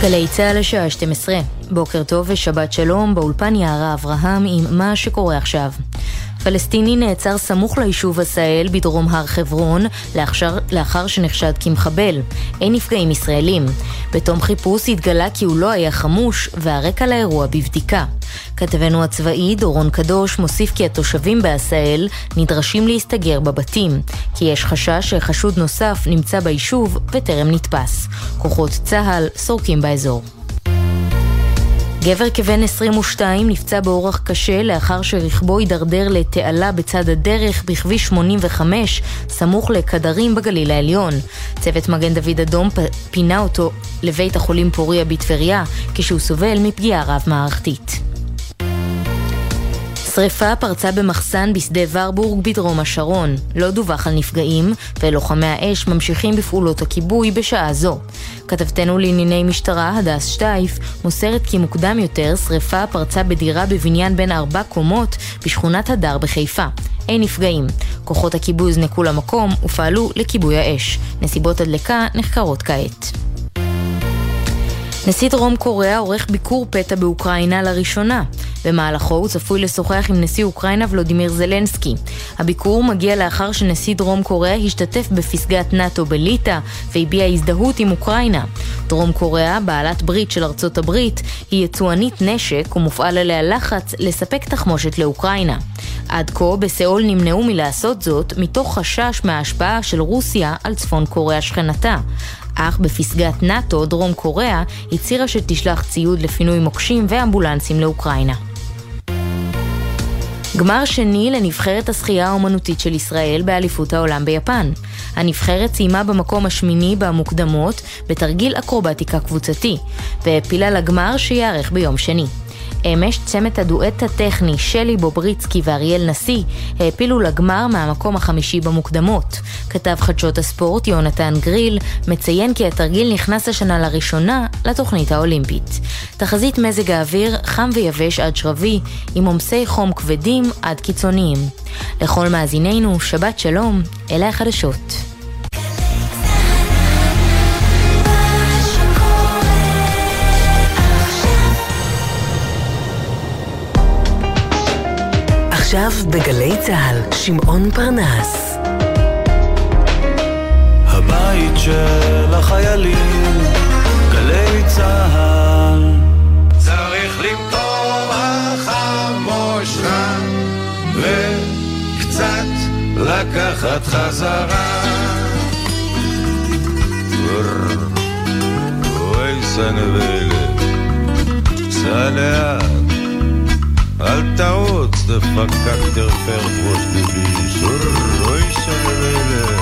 גלי צהל לשעה 12. בוקר טוב ושבת שלום, באולפן יערה אברהם עם מה שקורה עכשיו. פלסטיני נעצר סמוך ליישוב עשאל בדרום הר חברון לאחר שנחשד כמחבל. אין נפגעים ישראלים. בתום חיפוש התגלה כי הוא לא היה חמוש והרקע לאירוע בבדיקה. כתבנו הצבאי דורון קדוש מוסיף כי התושבים בעשאל נדרשים להסתגר בבתים, כי יש חשש שחשוד נוסף נמצא ביישוב וטרם נתפס. כוחות צהל סורקים באזור. גבר כבן 22 נפצע באורח קשה לאחר שרכבו הידרדר לתעלה בצד הדרך בכביש 85 סמוך לקדרים בגליל העליון. צוות מגן דוד אדום פינה אותו לבית החולים פוריה בטבריה כשהוא סובל מפגיעה רב מערכתית. שריפה פרצה במחסן בשדה ורבורג בדרום השרון. לא דווח על נפגעים, ולוחמי האש ממשיכים בפעולות הכיבוי בשעה זו. כתבתנו לענייני משטרה, הדס שטייף, מוסרת כי מוקדם יותר שריפה פרצה בדירה בבניין בין 4 קומות בשכונת הדר בחיפה. אין נפגעים. כוחות הכיבוי זנקו למקום ופעלו לכיבוי האש. נסיבות הדלקה נחקרות כעת. נשיא דרום קוריאה עורך ביקור פתע באוקראינה לראשונה. במהלכו הוא צפוי לשוחח עם נשיא אוקראינה ולודימיר זלנסקי. הביקור מגיע לאחר שנשיא דרום קוריאה השתתף בפסגת נאטו בליטא והביע הזדהות עם אוקראינה. דרום קוריאה, בעלת ברית של ארצות הברית, היא יצואנית נשק ומופעל עליה לחץ לספק תחמושת לאוקראינה. עד כה בסאול נמנעו מלעשות זאת מתוך חשש מההשפעה של רוסיה על צפון קוריאה שכנתה. אך בפסגת נאטו, דרום קוריאה הצהירה שתשלח ציוד לפינוי מוקשים ואמבולנסים לאוקראינה. גמר שני לנבחרת השחייה האומנותית של ישראל באליפות העולם ביפן. הנבחרת סיימה במקום השמיני במוקדמות בתרגיל אקרובטיקה קבוצתי, והפילה לגמר שיערך ביום שני. אמש צמד הדואט הטכני שלי בובריצקי ואריאל נשיא העפילו לגמר מהמקום החמישי במוקדמות. כתב חדשות הספורט יונתן גריל מציין כי התרגיל נכנס השנה לראשונה לתוכנית האולימפית. תחזית מזג האוויר חם ויבש עד שרבי עם עומסי חום כבדים עד קיצוניים. לכל מאזינינו שבת שלום, אלה החדשות. עכשיו בגלי צהל, שמעון פרנס. הבית של החיילים, גלי צהל. צריך למטור החמושך וקצת לקחת חזרה. אוי סנבלת, סלעת אל תעוץ דפקק תרפר ראש דבי שורוי שלבלת.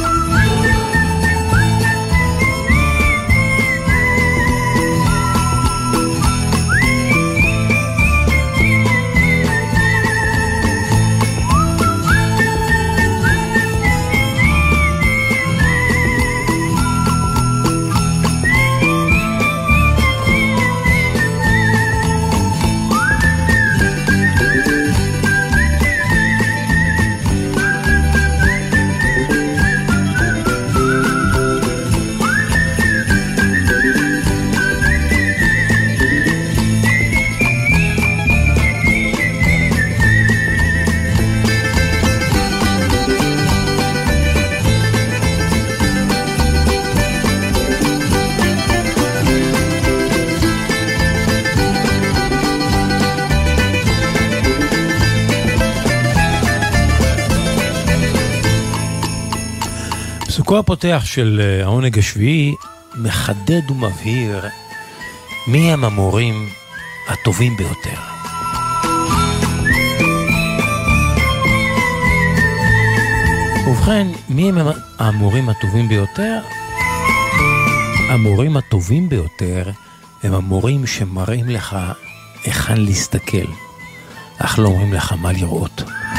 פסוקו הפותח של העונג השביעי מחדד ומבהיר מי הם המורים הטובים ביותר. ובכן, מי הם המורים הטובים ביותר? המורים הטובים ביותר הם המורים שמראים לך היכן להסתכל, אך לא אומרים לך מה לראות.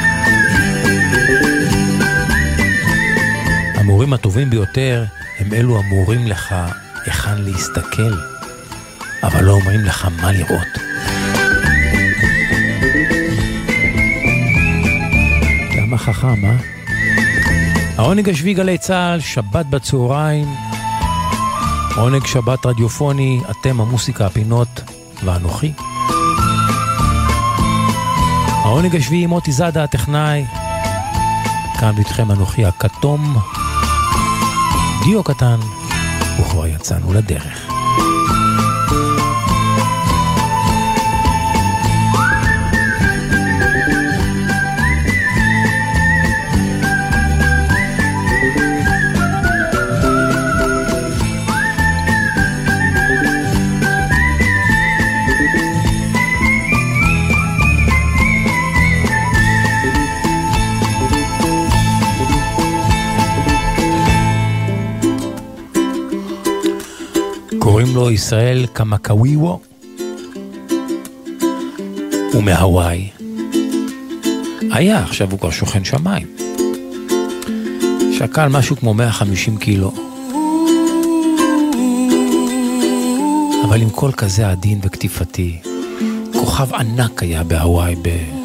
המורים הטובים ביותר הם אלו המורים לך היכן להסתכל, אבל לא אומרים לך מה לראות. כמה חכם, אה? העונג השביעי גלי צהל, שבת בצהריים. עונג שבת רדיופוני, אתם המוסיקה, הפינות ואנוכי. העונג השביעי מוטי זאדה הטכנאי, כאן ביתכם אנוכי הכתום, דיו קטן, וכבר יצאנו לדרך. קוראים לו ישראל קמקוויוו, הוא מהוואי. היה, עכשיו הוא כבר שוכן שמיים. שקל משהו כמו 150 קילו. אבל עם כל כזה עדין וכתיפתי, כוכב ענק היה בהוואי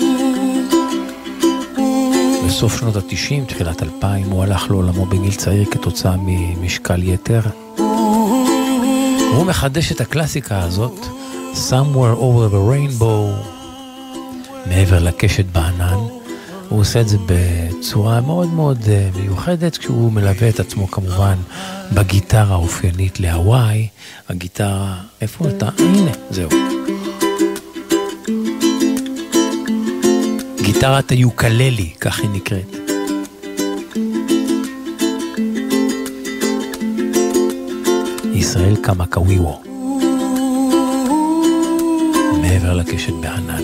בסוף שנות ה-90, תחילת 2000, הוא הלך לעולמו בגיל צעיר כתוצאה ממשקל יתר. הוא מחדש את הקלאסיקה הזאת, Somewhere Over the Rainbow, מעבר לקשת בענן. הוא עושה את זה בצורה מאוד מאוד מיוחדת, כשהוא מלווה את עצמו כמובן בגיטרה האופיינית להוואי. הגיטרה, איפה אתה? הנה, זהו. גיטרת היוקללי, כך היא נקראת. ישראל קמקוויוו, מעבר לקשת בענן.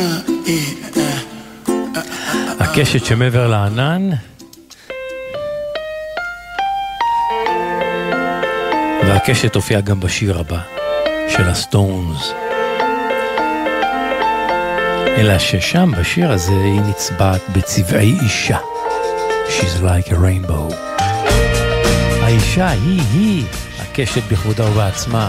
הקשת שמעבר לענן, והקשת הופיעה גם בשיר הבא של הסטונס. אלא ששם בשיר הזה היא נצבעת בצבעי אישה. She's like a rainbow. האישה היא הקשת בכבודה ובעצמה.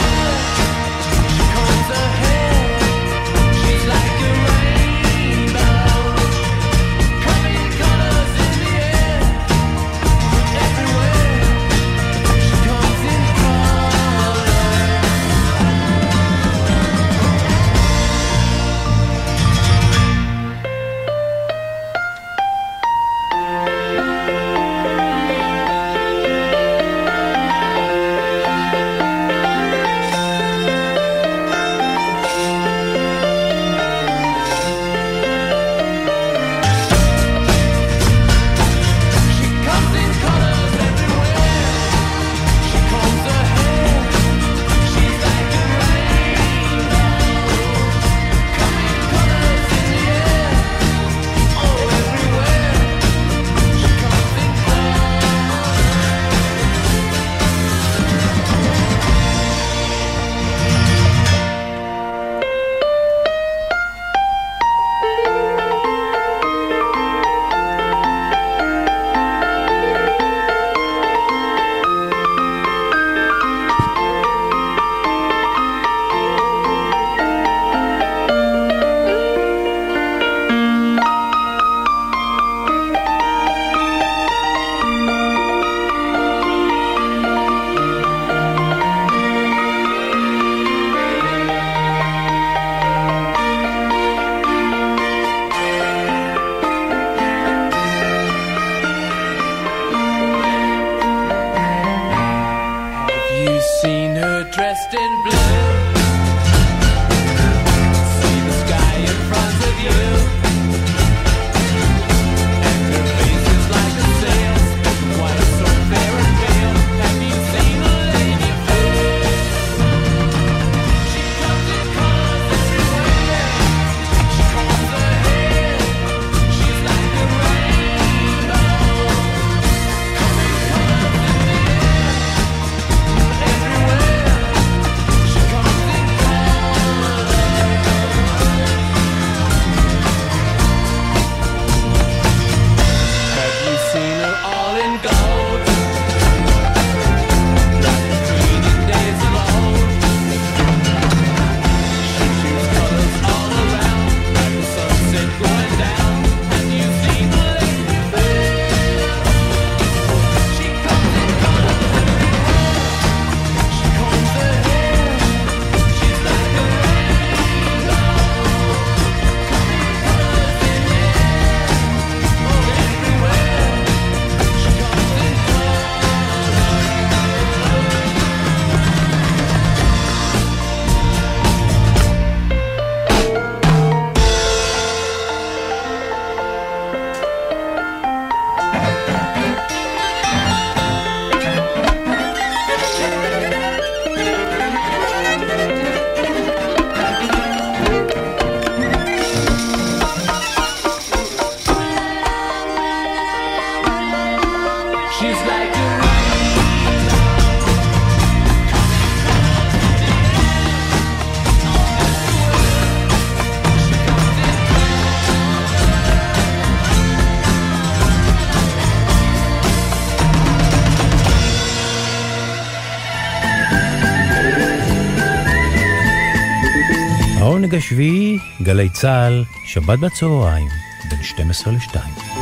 העונג השביעי, גלי צהל, שבת בצהריים, בין 12 ל-2.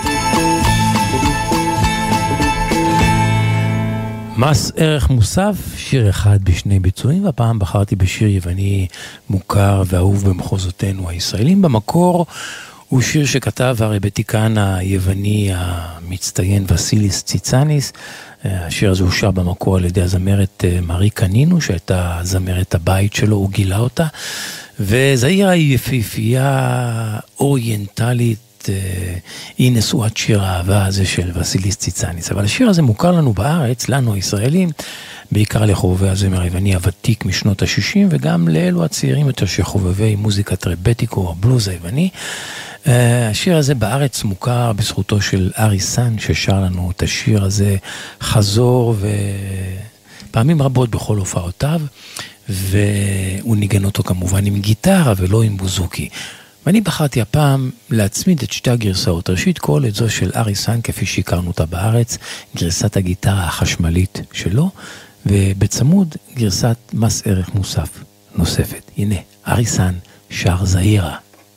מס ערך מוסף, שיר אחד בשני ביצועים, והפעם בחרתי בשיר יווני מוכר ואהוב במחוזותינו הישראלים. במקור הוא שיר שכתב הרבטיקן היווני המצטיין וסיליס ציצניס. השיר הזה הושר במקור על ידי הזמרת מריקה נינו, שהייתה זמרת הבית שלו, הוא גילה אותה. וזו עיר היפהפייה אוריינטלית, היא נשואת שיר האהבה הזה של וסיליס ציצניס. אבל השיר הזה מוכר לנו בארץ, לנו הישראלים, בעיקר לחובבי הזמר היווני הוותיק משנות ה-60, וגם לאלו הצעירים יותר שחובבי מוזיקת רבטיקו, הבלוז היווני. השיר הזה בארץ מוכר בזכותו של ארי סן, ששר לנו את השיר הזה חזור פעמים רבות בכל הופעותיו, והוא ניגן אותו כמובן עם גיטרה ולא עם בוזוקי. ואני בחרתי הפעם להצמיד את שתי הגרסאות. ראשית כל את זו של אריסן כפי שהכרנו אותה בארץ, גרסת הגיטרה החשמלית שלו, ובצמוד גרסת מס ערך מוסף נוספת. הנה, אריסן שר זהירה.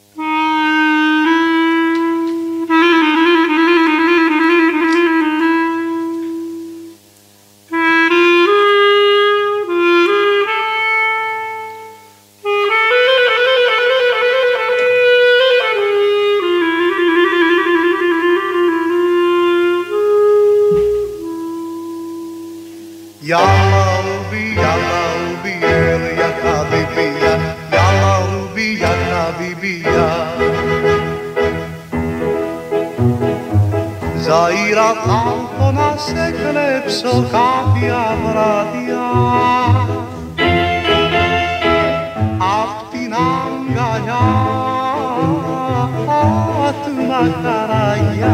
Zaira tanto na seklepso kapia vradia Aptinam gaya atma karaya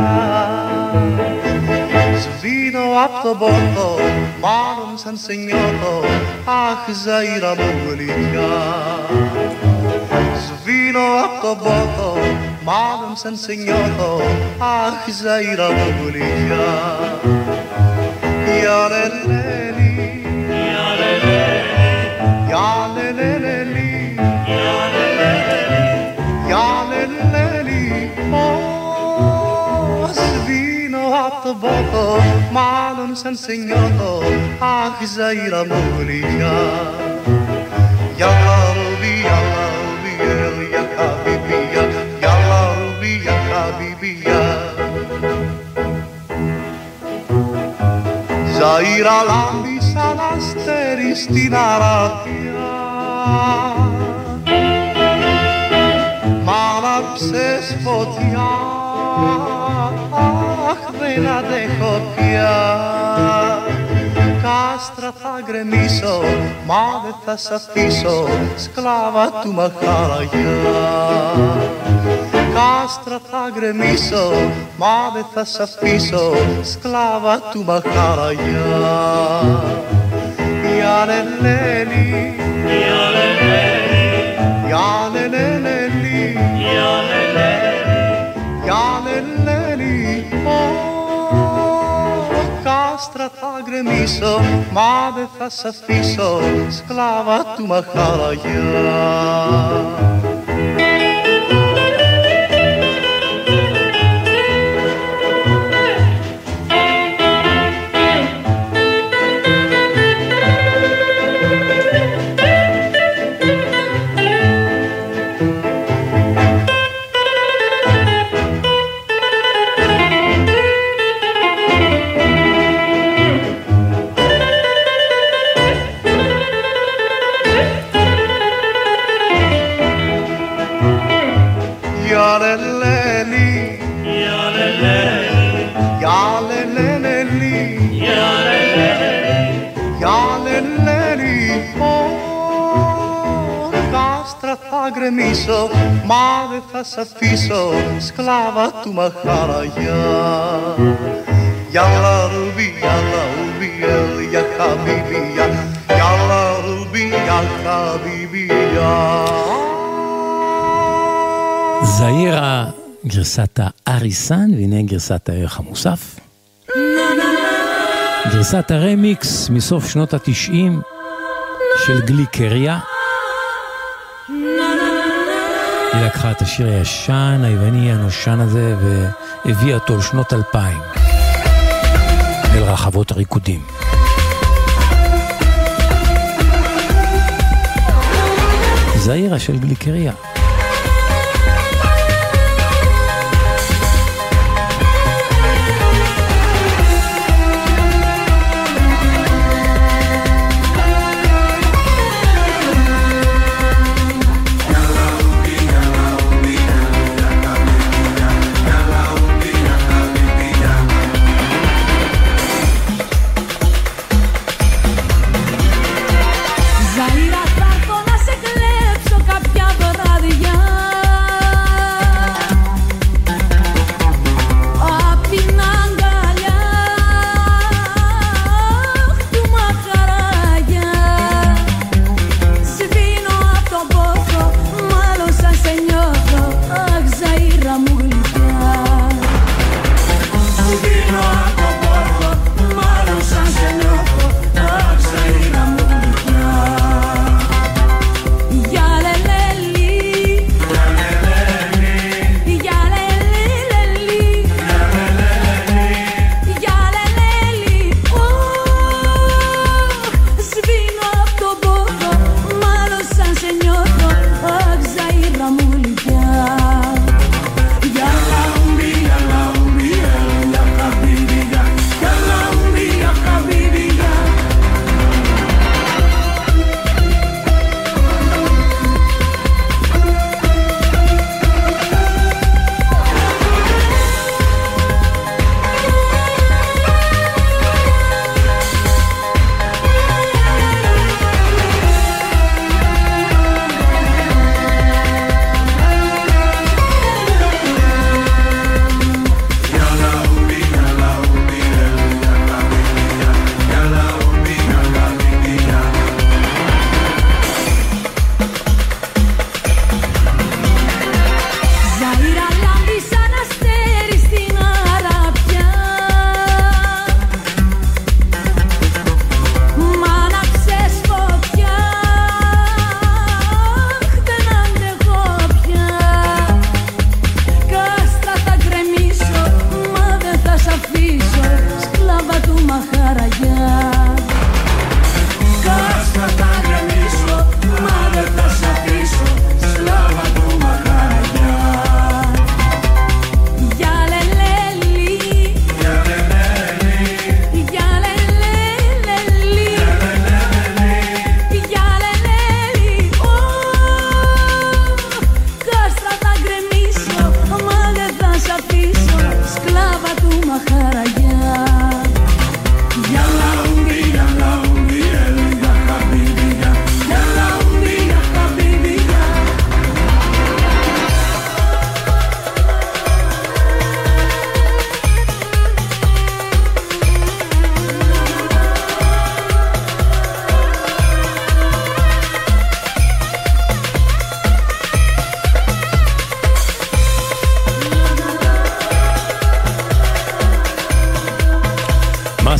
Zvino aptoboto manum san segnoto ach Zaira mulica Zvino aptoboto Madam sen segnato ach Zaira mulica Ya leleli Ya leleli Ya leleli Ya leleli Ya leleli Oh Svino aptoboto Madam sen segnato ach Zaira mulica Ya Rabbi Ya Rabbi Ya Habibi Ya Habibiya Zaira lambi salasteris tinaratia Malapses fotia Ach vena dejo pia Castra ta gremiso Made ta safiso Sclava tu macaraya Castra ta gremiso, mave ta safiso, sclava tu macaraya. Ya leleli, ya leleli, ya leleli, ya leleli, ya leleli. Oh, castra ta gremiso, mave ta safiso, sclava tu macaraya. Gremiso, mave fa safiso, sclava tu macaraya. Ya la rubi, ya habibi, ya la rubi, ya habibi. זהירה, גרסת האריסן, והנה גרסת הערך המוסף. גרסת הרמיקס מסוף שנות ה-90 של גליקריה. היא לקחה את השיר הישן, היווני הנושן הזה, והביאה אותו לשנות 2000 אל רחבות הריקודים. זהירה של גליקריה. Zaira, trato na se κλέψω κάποια βράδια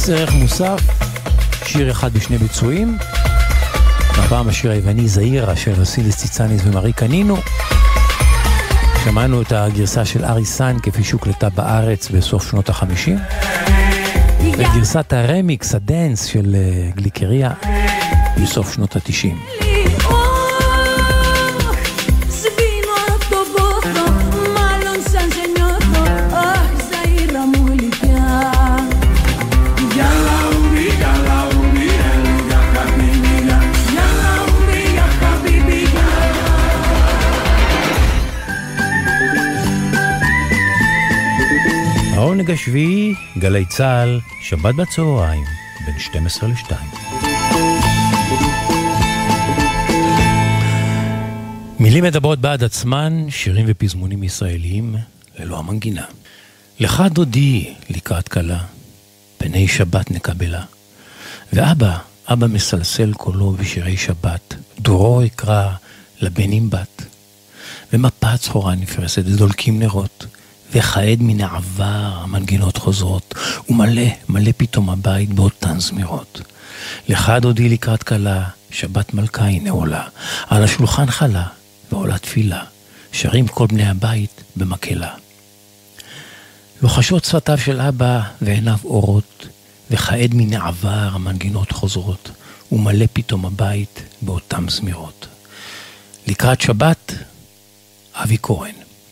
מס ערך מוסף, שיר אחד בשני ביצועים, הפעם השיר היווני זעירה של וסילס ציצניס ומרי קנינו. שמענו את הגרסה של אריסן כפי שהוקלטה בארץ בסוף שנות ה-50, ואת גרסת הרמיקס, הדנס של גליקריה בסוף שנות ה-90. העונג השביעי, גלי צהל, שבת בצהריים, בין 12 ל-2. מילים מדברות בעד עצמן, שירים ופזמונים ישראליים, ללא המנגינה. לך דודי לקראת קלה, פני שבת נקבלה. ואבא, אבא מסלסל קולו בשירי שבת, דורו יקרא לבנים בת. ומפה צחורה נפרסת ודולקים נרות, וחעד מן העבר המנגינות חוזרות, ומלא, מלא פתאום הבית באותן זמירות. לך דודי לקראת קלה, שבת מלכה היא נעולה, על השולחן חלה ועולה תפילה, שרים כל בני הבית במקהלה. לוחשות שפתיו של אבא ועיניו אורות, וחעד מן העבר המנגינות חוזרות, ומלא פתאום הבית באותן זמירות. לקראת שבת, אבי כהן.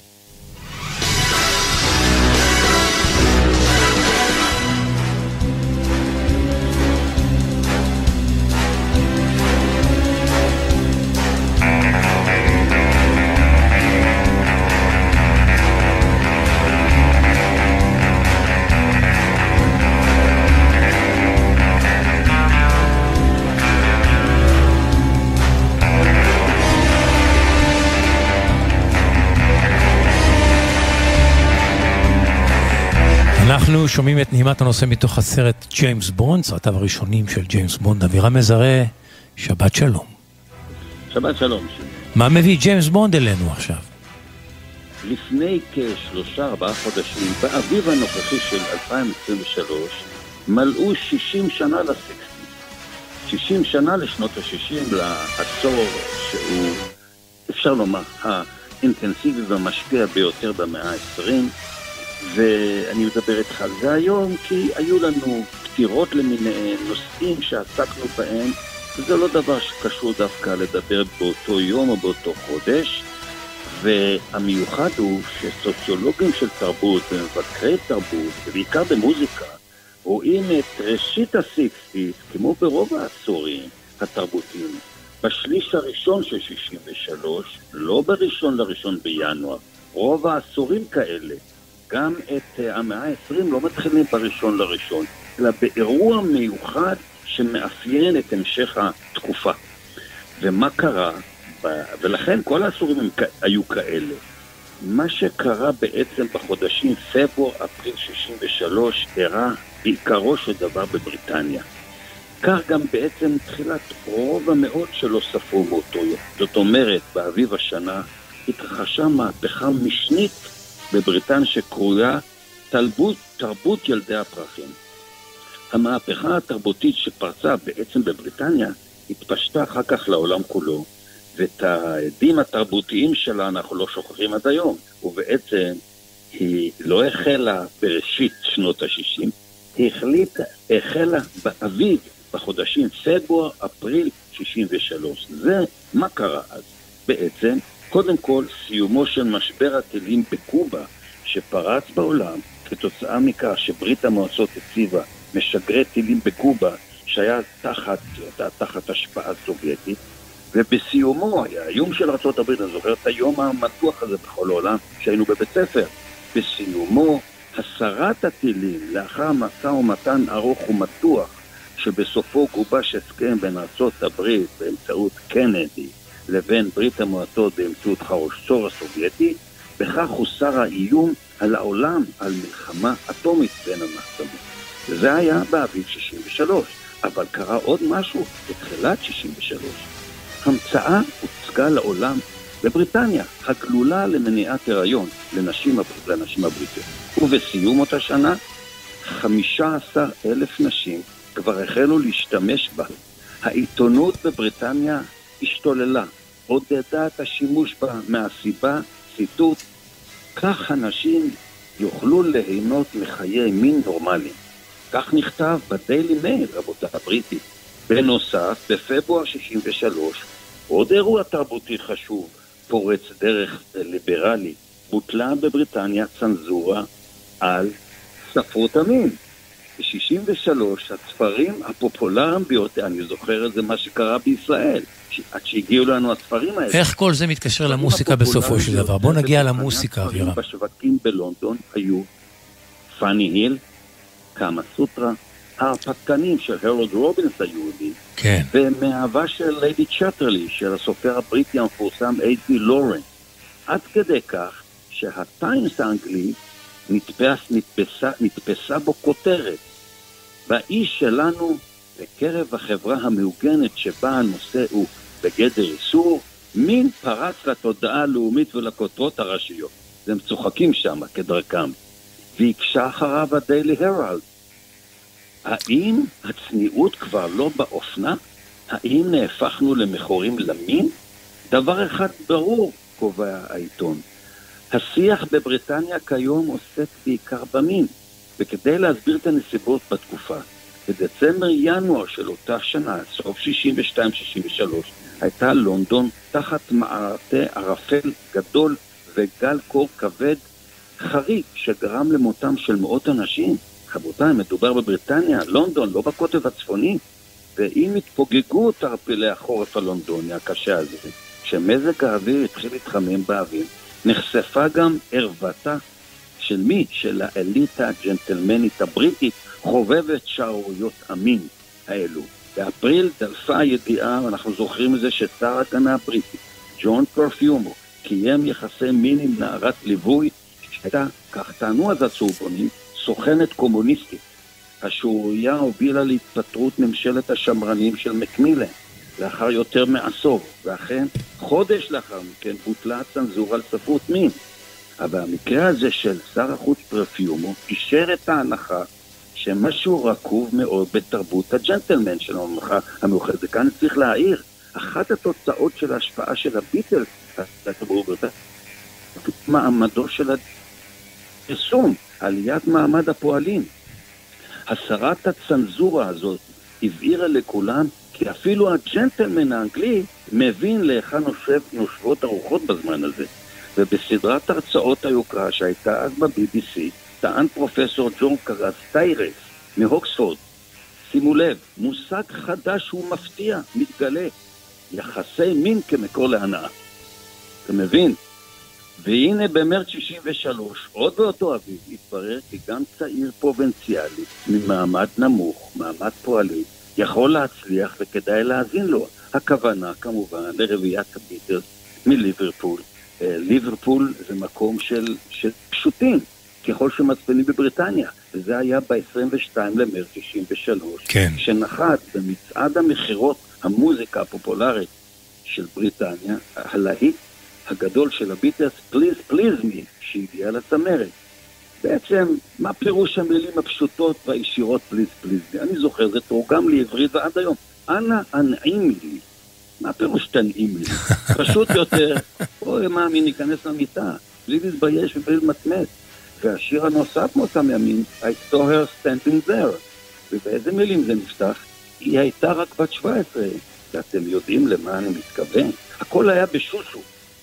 אנחנו שומעים את נעימת הנושא מתוך הסרט ג'יימס בונד, סרטיו הראשונים של ג'יימס בונד. אבירם מזרה, שבת שלום. שבת שלום. מה מביא ג'יימס בונד אלינו עכשיו? לפני כ3-4 חודשים, באביב הנוכחי של 2023, מלאו 60 שנה ל-60. 60 שנה לשנות ה-60, לעשור שהוא, אפשר לומר, האינטנסיבי והמשפיע ביותר במאה ה-20, ואני מדבר איתך על זה היום כי היו לנו פטירות למיניהם, נושאים שעסקנו בהם, וזה לא דבר שקשור דווקא לדבר באותו יום או באותו חודש, והמיוחד הוא שסוציולוגים של תרבות ומבקרי תרבות, ובעיקר במוזיקה, רואים את ראשית הסיקסטיס, כמו ברוב העשורים התרבותיים, בשליש הראשון של 63, לא בראשון לראשון בינואר, רוב העשורים כאלה, גם את המאה ה-20 לא מתחילים בראשון לראשון, אלא באירוע מיוחד שמאפיין את המשך התקופה. ומה קרה? ולכן כל העשורים היו כאלה. מה שקרה בעצם בחודשים פברואר, אפריל 63, אירע בעיקרו של דבר בבריטניה. כך גם בעצם תחילת רוב המאות שלא ספרו באותו יום. זאת אומרת, באביב השנה התרחשה מהפכה משנית בבריטניה שקרויה תרבות ילדי הפרחים. המהפכה התרבותית שפרצה בעצם בבריטניה התפשטה אחר כך לעולם כולו, ואת העדים התרבותיים שלה אנחנו לא שוכחים עד היום, ובעצם היא לא החלה בראשית שנות ה-60, היא החלה באביב בחודשים פברואר, אפריל 63. זה מה קרה אז? בעצם קודם כל, סיומו של משבר הטילים בקובה, שפרץ בעולם כתוצאה מכך שברית המועצות הציבה משגרי טילים בקובה, שהיה תחת השפעה סובייטית, ובסיומו, האיום של ארצות הברית, אני זוכר את היום המתוח הזה בכל העולם, שהיינו בבית ספר, בסיומו, הסרת הטילים, לאחר משא ומתן ארוך ומתוח, שבסופו גובש הסכם בין ארצות הברית באמצעות קנדי, לבין ברית המועצות באמצעות חרושצור הסובייטי, בכך חוסר האיום על העולם על מלחמה אטומית בין המעצמות. זה היה באביב 63, אבל קרה עוד משהו בתחילת 63. המצאה הוצגה לעולם בבריטניה, הגלולה למניעת הריון לנשים הבריטיות. ובסיום אותה שנה 15,000 נשים כבר החלו להשתמש בה. העיתונות בבריטניה השתוללה, עודדה את השימוש בה מהסיבה, ציטוט, כך הנשים יוכלו ליהנות מחיי מין נורמליים. כך נכתב בדיילי מייל, רבותי הבריטי. בנוסף, בפברואר 63, עוד אירוע תרבותי חשוב, פורץ דרך ליברלי, בוטלה בבריטניה צנזורה על ספרות המין. ב-63 הספרים הפופולריים ביותר, אני זוכר את זה מה שקרה בישראל, עד שהגיעו לנו הספרים האלה. איך כל זה מתקשר למוסיקה בסופו של דבר? בוא נגיע למוסיקה, אבירה. בשווקים בלונדון היו פאני היל, קאמה סוטרה, ההרפתקנים של הרולד רובינס היהודי, כן. ומאהבה של ליידי צ'טרלי, של הסופר הבריטי המפורסם איידי לורן. עד כדי כך שהטיימס האנגלי נתפסה בו כותרת. באיש שלנו, בקרב החברה המאוגנת שבה הנושא הוא בגדר איסור, מין פרץ לתודעה הלאומית ולכותרות הראשיות. הם צוחקים שם כדרכם. והקשה אחריו הדיילי הרלד. האם הצניעות כבר לא באופנה? האם נהפכנו למכורים למין? דבר אחד ברור, קובע העיתון. השיח בבריטניה כיום עוסק בעיקר במין, וכדי להסביר את הנסיבות בתקופה, בדצמבר-ינואר של אותה שנה, סוף 62-63, הייתה לונדון תחת מערתי ערפל גדול וגל קור כבד חריג שגרם למותם של מאות אנשים. רבותיי, מדובר בבריטניה, לונדון, לא בקוטב הצפוני, ואם התפוגגו תרפילי החורף הלונדוני הקשה הזה, כשמזג האוויר התחיל להתחמם באוויר, נחשפה גם ערוותה של מי? של האליטה הג'נטלמנית הבריטית, חובבת שערוריות המין האלו. באפריל דלפה הידיעה, ואנחנו זוכרים את זה, ששר ההגנה הבריטי, ג'ון פרפיומו, קיים יחסי מין עם נערת ליווי, שהייתה, כך טענו אז הצהובונים, סוכנת קומוניסטית. השערורייה הובילה להתפטרות ממשלת השמרנים של מקמילן, לאחר יותר מעשור, ואכן חודש לאחר מכן בוטלה הצנזורה על ספרות מין. אבל המקרה הזה של שר החוץ פרפיומו אישר את ההנחה שמשהו רקוב מאוד בתרבות הג'נטלמן של הממלכה המאוחדת. וכאן צריך להעיר, אחת התוצאות של ההשפעה של הביטלס, מעמדו של הפרסום, עליית מעמד הפועלים. הסרת הצנזורה הזאת הבהירה לכולם כי אפילו הג'נטלמן האנגלי מבין להיכן נושבות הרוחות בזמן הזה. ובסדרת הרצאות היוקרה שהייתה אז ב-BBC, טען פרופסור ג'ון קרס טיירס מהוקספורד, שימו לב, מושג חדש ומפתיע, מתגלה, יחסי מין כמקור להנאה. אתה מבין? והנה במרץ 63, עוד באותו אביב, התברר כי גם צעיר פרובינציאלי, ממעמד נמוך, מעמד פועלי, יכול להצליח וכדאי להאזין לו. הכוונה כמובן לרביעיית הביטלס מליברפול. ליברפול זה מקום של פשוטים, ככל שמצפנים בבריטניה. וזה היה ב-22 למרץ 63, כן. שנחת במצעד המחירות המוזיקה הפופולרית של בריטניה, הלהיט הגדול של הביטלס, Please Please Me, שהגיע לצמרת. בעצם, מה פירוש המילים הפשוטות והישירות Please Please Me? אני זוכר, זה תורגם לעברית ועד היום. אנא הנעים לי. מה פירוש תנעים לי? פשוט יותר, אוי מאמי, ניכנס למיטה, בלי להתבייש ובלי למטמט. והשיר הנוסף מאותם ימים, I saw her standing there. ובאיזה מילים זה נפתח? היא הייתה רק בת 17. ואתם יודעים למה אני מתכוון? הכל היה בשושו.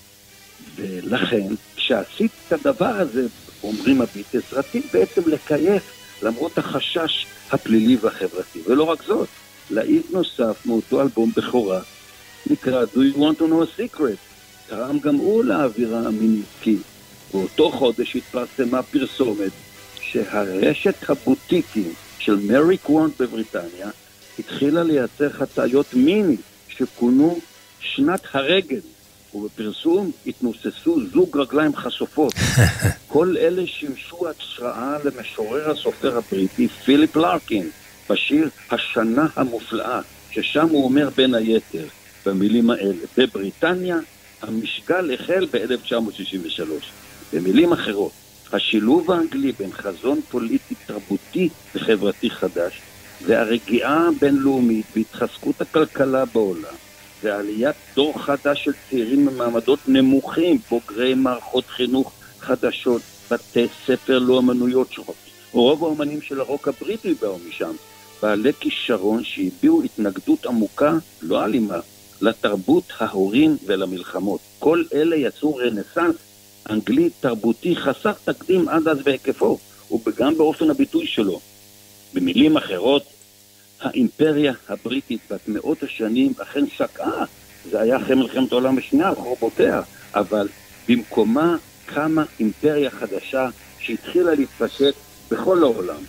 ולכן, כשעשית את הדבר הזה, אומרים הביטלס, רצית בעצם לקייף, למרות החשש הפלילי והחברתי. ולא רק זאת, להיט נוסף מאותו אלבום בכורה, נקרא Do You Want to Know a Secret? תרם גם הוא לאווירה המינית, כי באותו חודש התפרסמה פרסומת שהרשת הבוטיקים של מרי קוונט בבריטניה התחילה לייצר חצאיות מיני שכונו שנת הרגל, ובפרסום התנוססו זוג רגליים חשופות. כל אלה שימשו השראה למשורר הסופר הבריטי פיליפ לארקין בשיר השנה המופלאה, ששם הוא אומר בין היתר במילים האלה, בבריטניה המשגל החל ב-1963. במילים אחרות, השילוב האנגלי בין חזון פוליטי תרבותי וחברתי חדש, והרגיעה הבינלאומית והתחזקות הכלכלה בעולם, ועליית דור חדש של צעירים ממעמדות נמוכים, בוגרי מערכות חינוך חדשות, בתי ספר לא אמנויות שונות. רוב האמנים של הרוק הבריטי באו משם, בעלי כישרון שהביעו התנגדות עמוקה, לא אלימה, לתרבות ההורים ולמלחמות. כל אלה יצאו רנסנס אנגלי תרבותי חסר תקדים עד אז בהיקפו, וגם באופן הביטוי שלו. במילים אחרות, האימפריה הבריטית בת מאות השנים אכן שקעה, זה היה אחרי מלחמת העולם השנייה, חורבותיה, אבל במקומה קמה אימפריה חדשה שהתחילה להתפשט בכל העולם.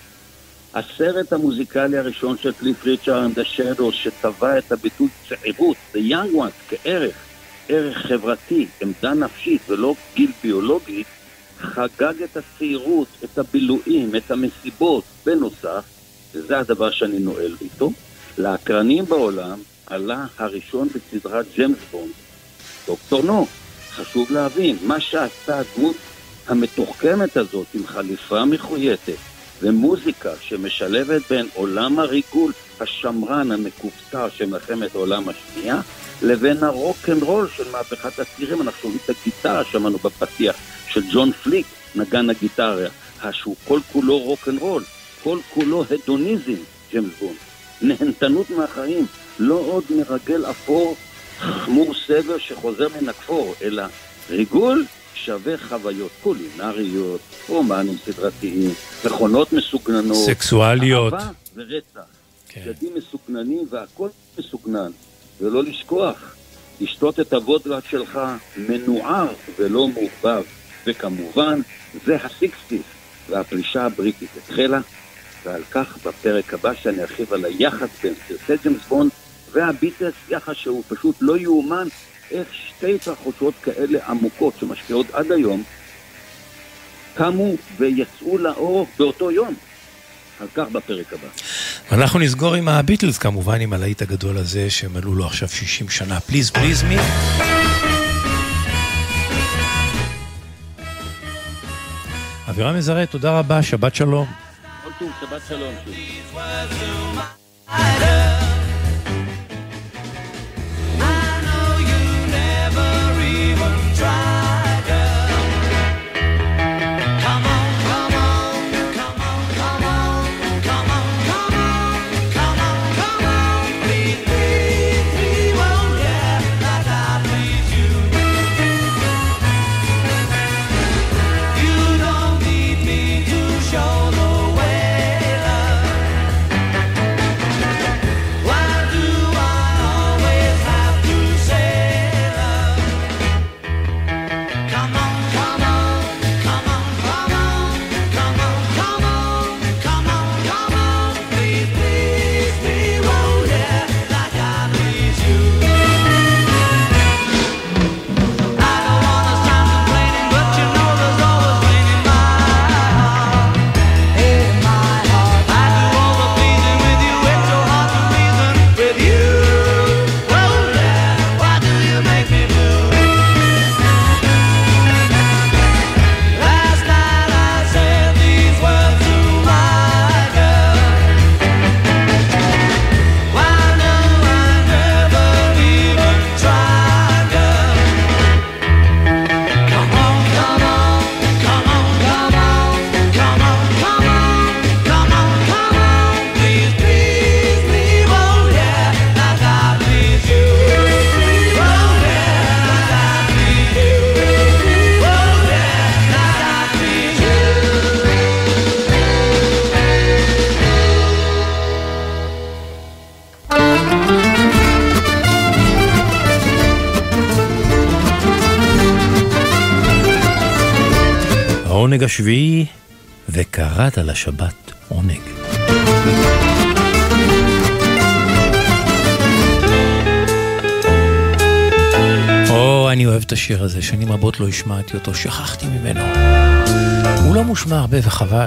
הסרט המוזיקלי הראשון של קליף ריצ'רד, The Shadows, שטבע את הביטוי צעירות, The Young Ones, ערך חברתי, עמדה נפשית ולא גיל ביולוגי, חגג את הצעירות, את הבילויים, את המסיבות. בנוסף, וזה הדבר שאני נועל איתו, לאקרנים בעולם עלה הראשון בסדרת ג'יימס בונד, דוקטור נו. חשוב להבין, מה שעשתה הדמות המתוחכמת הזאת עם חליפה מחויטת ומוזיקה שמשלבת בין עולם הריגול השמרן המקופצר של מלחמת העולם השנייה לבין הרוק'נ'רול של מהפכת הצעירים. אנחנו שומעים את הגיטרה, שמענו בפתיח של ג'ון פליק, נגן הגיטרה, שהוא כל כולו רוק'נ'רול, כל כולו הדוניזם, ג'יימס בונד, נהנתנות מהחיים, לא עוד מרגל אפור חמור סגר שחוזר מן הכפור, אלא ריגול שווה חוויות קולינריות, רומנים סדרתיים, מכונות מסוגננות, סקסואליות, אהבה ורצח, שדים מסוגננים והכל מסוגנן, ולא לשכוח, לשתות את הוודקה שלך מנוער ולא מעורבב, וכמובן זה ה-60s והפלישה הבריטית התחילה, ועל כך בפרק הבא שאני ארחיב על היחס בין סרטי ג'יימס בונד והביטלס, יחס שהוא פשוט לא יאומן איך שתי התרחשויות כאלה עמוקות שמשפיעות עד היום קמו ויצאו לאור באותו יום. על כך בפרק הבא. אנחנו נסגור עם הביטלס כמובן, עם הלהיט הגדול הזה שמלאו לו עכשיו 60 שנה. פליז פליז מי. אבירם מזרעי, תודה רבה, שבת שלום. כל טוב, שבת שלום. העונג השביעי, וקראת לשבת עונג. אני אוהב את השיר הזה, שנים רבות לא השמעתי אותו, שכחתי ממנו. הוא לא מושמע הרבה וחבל.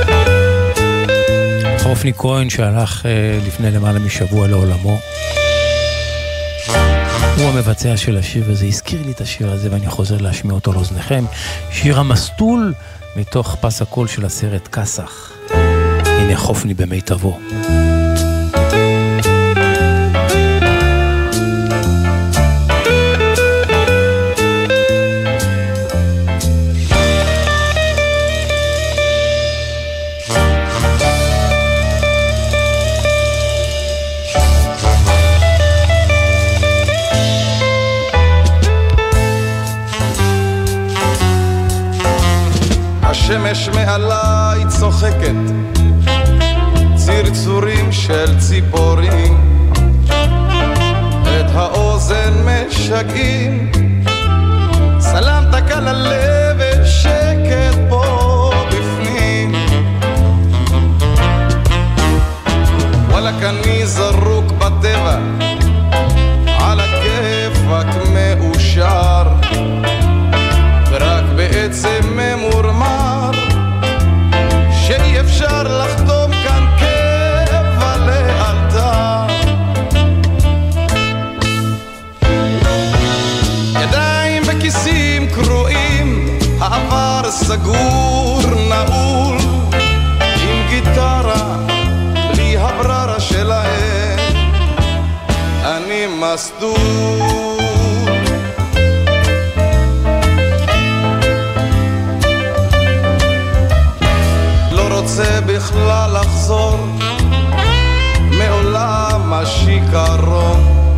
חופני כהן שהלך לפני למעלה משבוע לעולמו. הוא המבצע של השיר הזה, הזכיר לי את השיר הזה ואני חוזר להשמיע אותו לאוזניכם. שיר המסטול מתוך פס הקול של הסרט קסח. הנה חופני במיטבו. השמש מעליי צוחקת, צרצורים של ציפורים את האוזן משגעים, סלמת קל הלב ושקט פה בפנים. וואלק אני זרוק בטבע, על הכיפק מאושר, ורק בעצם ממורמר שאי אפשר לחתום כאן קבע לאלתר. ידיים בכיסים קרועים, העבר סגור נעול, עם גיטרה בלי הבררה שלהם אני מסדור. רוצה בכלל לחזור מעולם השיכרון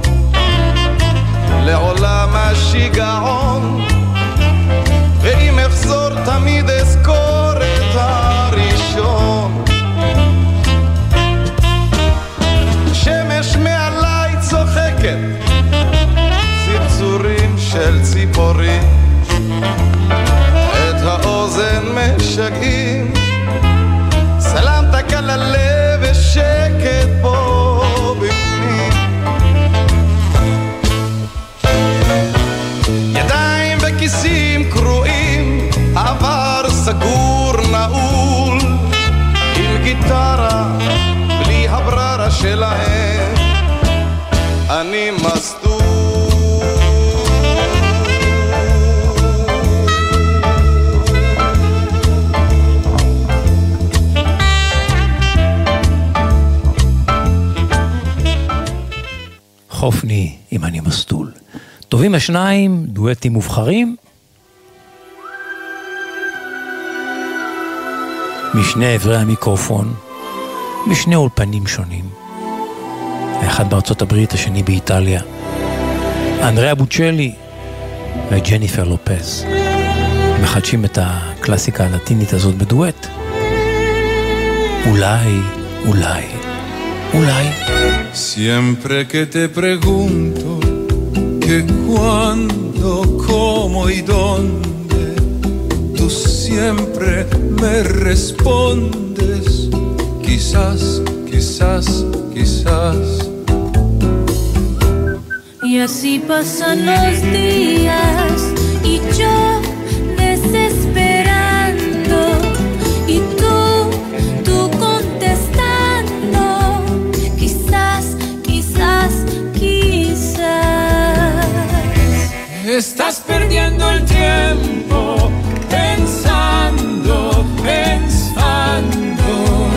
לעולם השיגעון, ואם אחזור תמיד אזכור את הראשון. השמש מעליי צוחקת, צרצורים של ציפורים את האוזן משגעים, סלמת קל הלב ושקט פה בפנים. ידיים בכיסים קרועים, עבר סגור נעול, עם גיטרה בלי הבררה שלהם אני מסדור. חופני אם אני מסטול. טובים השניים, דואטים מובחרים. משני עברי המיקרופון, משני אולפנים שונים. האחד בארצות הברית, השני באיטליה. אנדריאה בוצ'לי וג'ניפר לופז. מחדשים את הקלאסיקה הלטינית הזאת בדואט. אולי, אולי, אולי. Siempre que te pregunto que cuándo, cómo y dónde, tú siempre me respondes quizás, quizás, quizás. Y así pasan los días y yo desesperando y tú contestando quizás, quizás, quizás. Estás perdiendo el tiempo pensando, pensando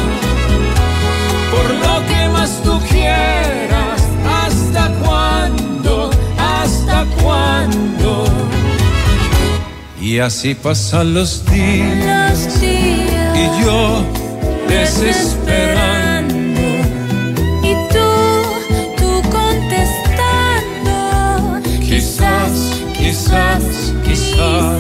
por lo que más tú quieras. ¿Hasta cuándo? ¿Hasta cuándo? Y así pasan los días y yo desesperando y tú contestando quizás, quizás, quizás.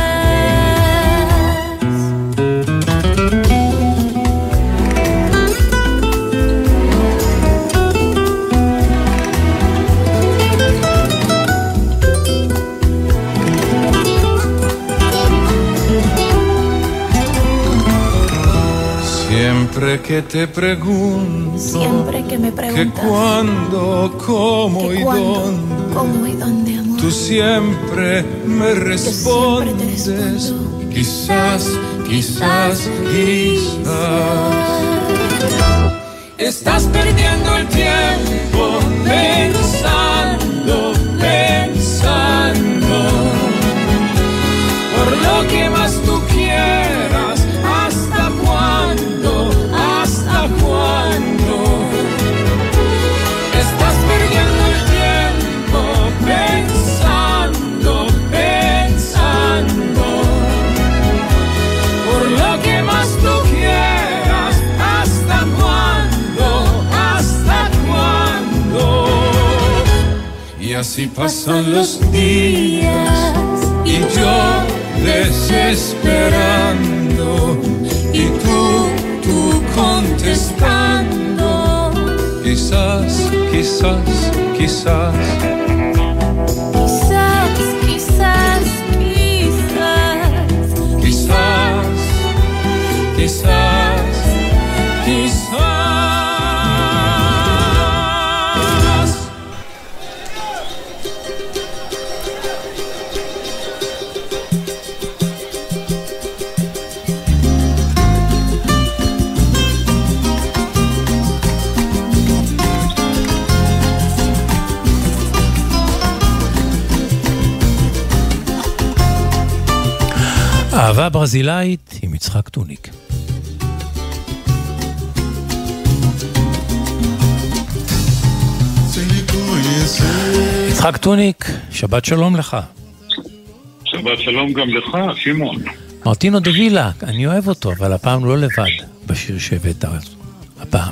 Siempre que te pregunto, siempre que me preguntas que cuándo, cómo y dónde, amor, tú siempre me respondes quizás, quizás, quizás. Estás perdiendo el tiempo pensando, pensando así pasan los días y yo desesperando y tú contestando. Quizás, quizás, quizás. Quizás, quizás, quizás. Quizás, quizás, quizás. אהבה ברזילאית עם יצחק טוניק. יצחק טוניק, שבת שלום לך. שבת שלום גם לך, שמעון. מרטינו דה וילה, אני אוהב אותו, אבל הפעם לא לבד בשיר שהבאת הפעם.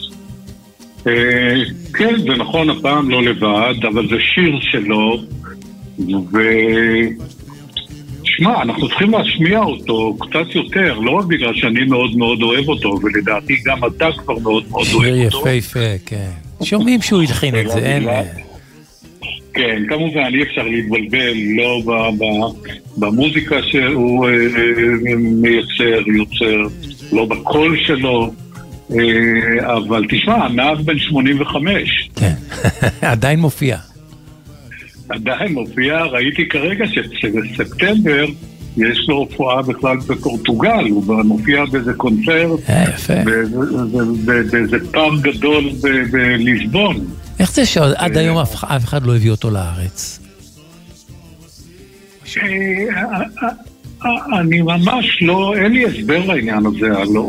כן, זה נכון, הפעם לא לבד, אבל זה שיר שלו, שמע, אנחנו צריכים להשמיע אותו קצת יותר, לא רק בגלל שאני מאוד מאוד אוהב אותו, ולדעתי גם אתה כבר מאוד מאוד אוהב אותו. שיר יפה, כן. שומעים שהוא התחין את זה, אין... כן, כמובן, אי אפשר להתבלבל, לא במוזיקה שהוא יוצר, לא בקול שלו, אבל תשמע, הנהג בן 85. כן, עדיין מופיע. עדיין מופיע, ראיתי כרגע שבספטמבר יש לו הופעה בכלל בפורטוגל, הוא מופיע באיזה קונצרט, באיזה פארק גדול בליסבון. איך זה שעד היום אף אחד לא הביא אותו לארץ? אני ממש לא, אין לי הסבר לעניין הזה,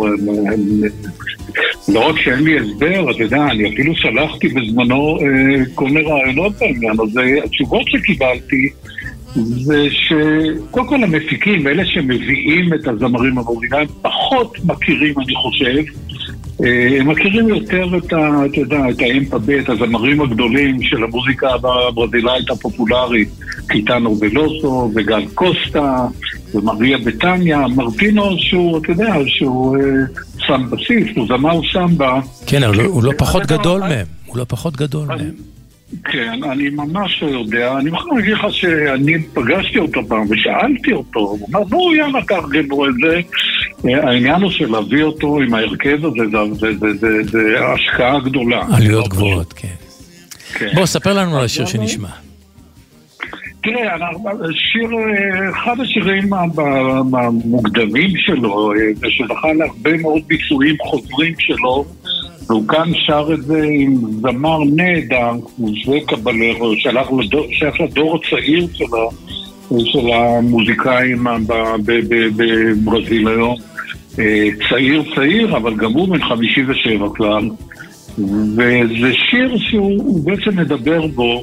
לא רק שאין לי הסבר, אתה יודע, אני אפילו שלחתי בזמנו כל מיני רעיונות בעניין הזה, התשובות שקיבלתי זה שקודם כל המפיקים, אלה שמביאים את הזמרים המובילים, פחות מכירים, אני חושב, הם מכירים יותר את האמפ-ב, את הזמרים הגדולים של המוזיקה הברזילאית הפופולרית, קיטאנו ולוסו וגל קוסטה ומריה בטניה, מרטינו שהוא, אתה יודע, שהוא סמבסיסט, הוא זמר סמבה. כן, הוא לא פחות גדול מהם, הוא לא פחות גדול מהם. כן, אני ממש לא יודע, אני יכול להגיד לך שאני פגשתי אותו פעם ושאלתי אותו, הוא אמר, בואו יאללה תארגנו את זה, העניין הוא של להביא אותו עם ההרכב הזה, זה השקעה גדולה. עלויות גבוהות, כן. בוא, ספר לנו על השיר שנשמע. תראה, אחד השירים המוקדמים שלו, ושזכה להרבה מאוד ביצועים חוזרים שלו, והוא כאן שר את זה עם זמר נהדר, מוז'ה קבלרו, שייך לדור הצעיר של המוזיקאים בברזיל היום. צעיר, אבל גם הוא בן 57 כלל. וזה שיר שהוא בעצם מדבר בו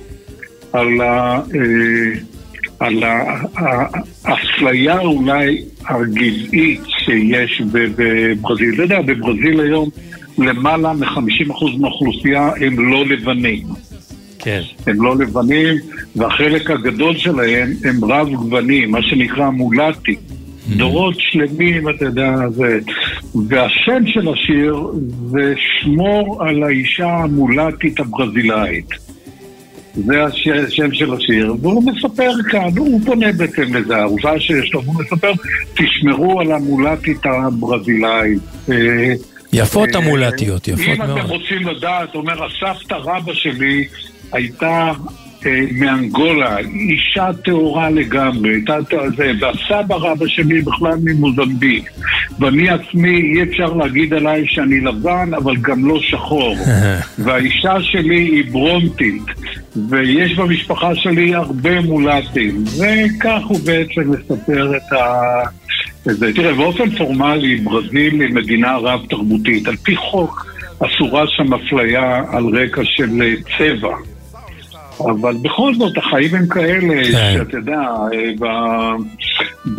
על האפליה אולי הגזעית שיש בברזיל. אתה יודע, בברזיל היום למעלה מ-50% מהאוכלוסייה הם לא לבנים. כן. הם לא לבנים, והחלק הגדול שלהם הם רב גוונים, מה שנקרא מולטי. דורות שלמים, אתה יודע, והשם של השיר זה שמור על האישה המולטית הברזילאית. זה השם של השיר, והוא מספר כאן, הוא פונה בעצם לזה, הערובה שיש לו, הוא מספר, תשמרו על המולטית הברזילאית. יפות המולטיות, יפות מאוד. אם אתם רוצים לדעת, אומר, הסבתא רבא שלי הייתה מאנגולה, אישה טהורה לגמרי, והסבא רבא שלי בכלל ממוזמביק, ואני עצמי אי אפשר להגיד עליי שאני לבן, אבל גם לא שחור, והאישה שלי היא ברונטית, ויש במשפחה שלי הרבה מולטים, וכך הוא בעצם מספר את זה. תראה, באופן פורמלי, ברזיל היא מדינה רב תרבותית, על פי חוק אסורה שם אפליה על רקע של צבע. אבל בכל זאת החיים הם כאלה שאתה יודע,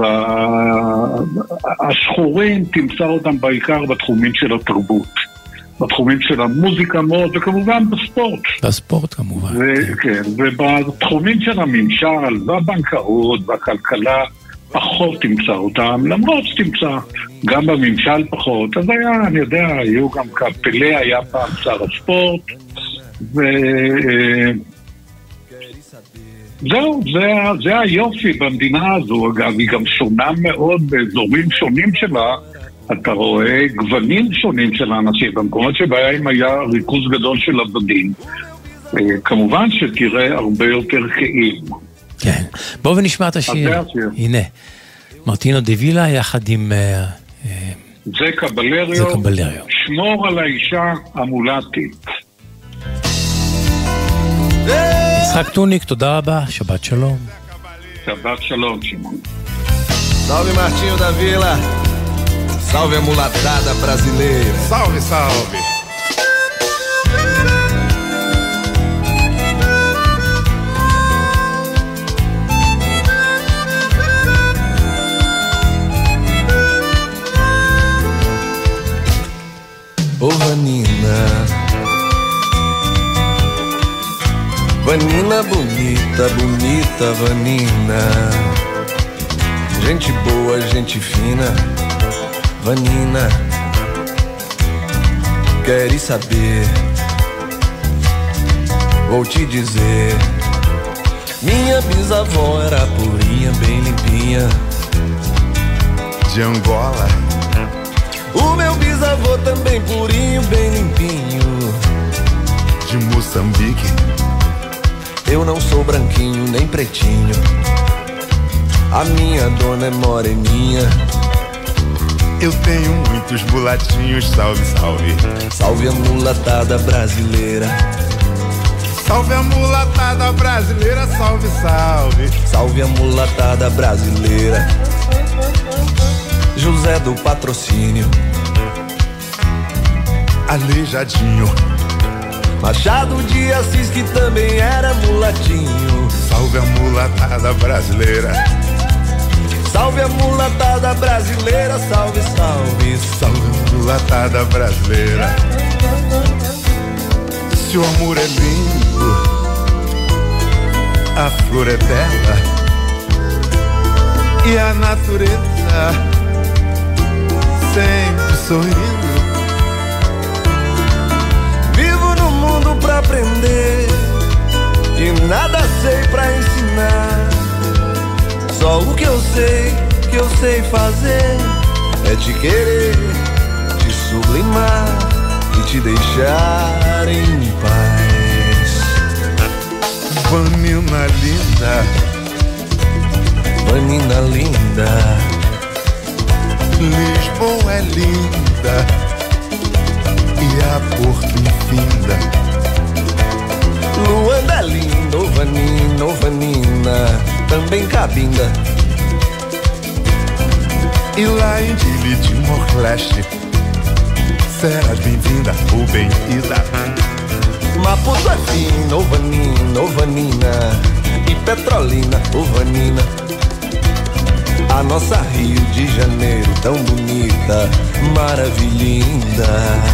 השחורים תמצא אותם בעיקר בתחומים של התרבות. בתחומים של המוזיקה מאוד, וכמובן בספורט. בספורט כמובן. כן, ובתחומים של הממשל, והבנקאות, והכלכלה, פחות תמצא אותם, למרות שתמצא גם בממשל פחות. אז היה, אני יודע, היו גם פלא, היה פעם שר הספורט, זהו, זה היופי במדינה הזו. אגב, היא גם שונה מאוד באזורים שונים שלה. אתה רואה גוונים שונים של האנשים, במקומות שבהם היה ריכוז גדול של עבדים. כמובן שתראה הרבה יותר כאיים. כן, בואו ונשמע את השיר. הנה, מרטינו דה וילה יחד עם זה קבלריו, שמור על האישה המולטית. יצחק טוניק, תודה רבה, שבת שלום. שבת שלום, שמעון. Salve Martinho da Vila, salve a mulatada brasileira. Salve, salve. Ô Vanina, Vanina bonita, bonita Vanina, gente boa, gente fina, Vanina, queres saber, vou te dizer, minha bisavó era purinha, bem limpinha, de Angola. O meu bisavô também purinho, bem limpinho, de Moçambique. Eu não sou branquinho nem pretinho, a minha dona é moreninha. Eu tenho muitos mulatinhos, salve, salve. Salve a mulatada brasileira. Salve a mulatada brasileira, salve, salve. Salve a mulatada brasileira. José do Patrocínio, Aleijadinho, Machado de Assis, que também era mulatinho. Salve a mulatada brasileira. Salve a mulatada brasileira, salve, salve. Salve a mulatada brasileira. Se o amor é lindo, a flor é bela e a natureza sempre sorrindo. Vivo no mundo pra aprender e nada sei pra ensinar. Só o que eu sei fazer é te querer, te sublimar e te deixar em paz. Vanina linda, Vanina linda, Lisboa é linda e a Porto infinda. Luanda é linda, oh Vanina, oh Vanina, também Cabinda. E lá em Dili de Timor-Leste serás bem-vinda ou bem-ida. Maputo é fina, oh Vanina, oh Vanina, e Petrolina, oh Vanina. A nossa Rio de Janeiro tão bonita, maravilhinda.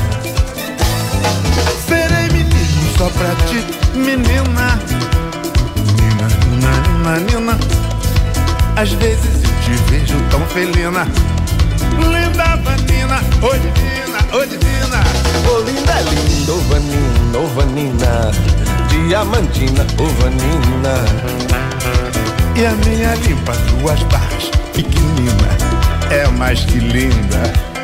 Serei menino só pra ti, menina. Nina, nina, nina, nina. Às vezes eu te vejo tão felina. Linda Vanina, oh divina, oh divina. Oh linda, linda, oh Vanina, oh Vanina. Diamantina, oh Vanina. E a minha limpa duas barras, pequenina, é mais que linda.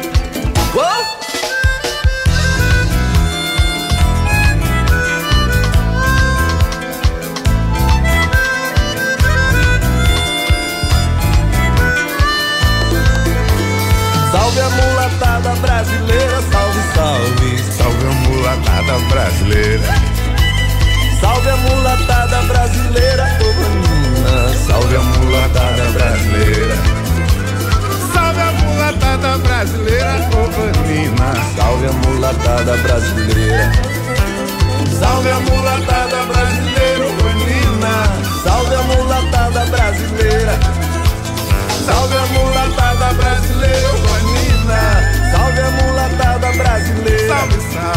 Salve a mulatada brasileira, salve, salve. Salve a mulatada brasileira. Salve a mulatada brasileira, oh Vanina. Salve a mulatada brasileira. Salve a mulatada brasileira, oh Vanina. Salve a mulatada brasileira. Salve a mulatada brasileira, oh Vanina. Salve a mulatada brasileira. Salve a mulatada brasileira, oh Vanina. Salve a mulatada brasileira. Salve, salve.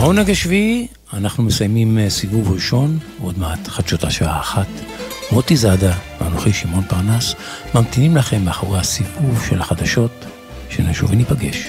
העונג השביעי, אנחנו מסיימים סיבוב ראשון, עוד מעט חדשות השעה 1. מוטי זאדה ואנוכי שמעון פרנס ממתינים לכם מאחורי הסיבוב של החדשות, שנשוב וניפגש.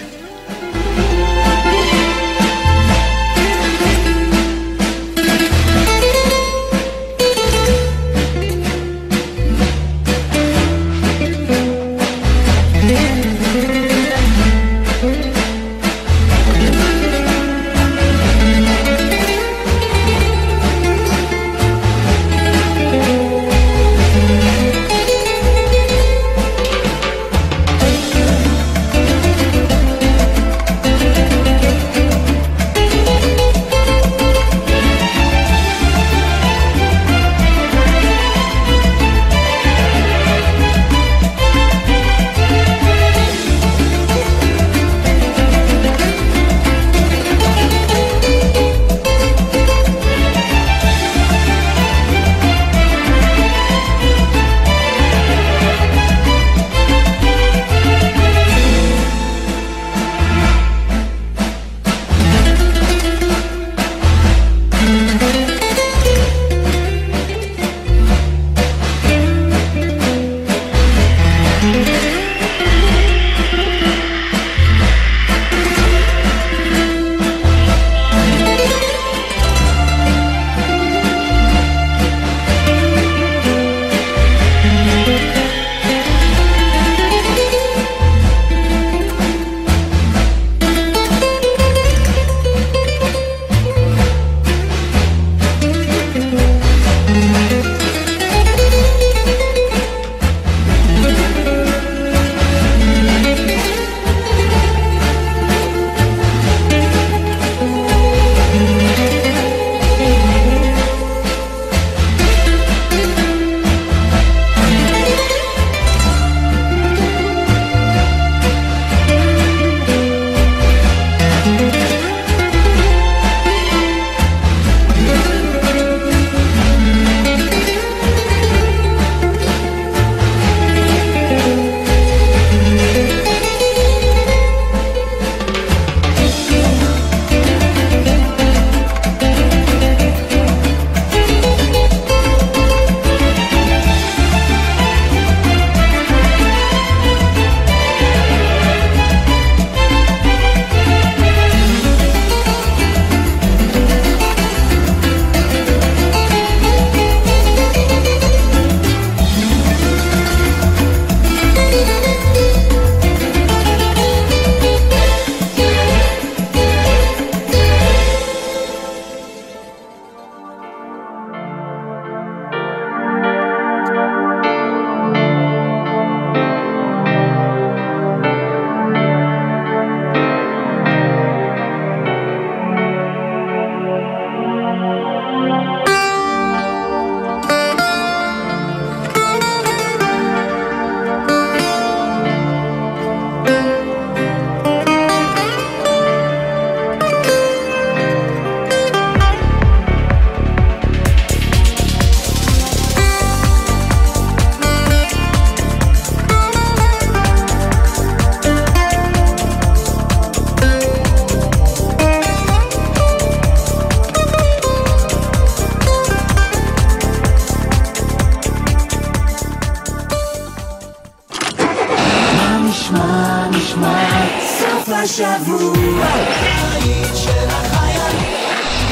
השבוע בית של החיילים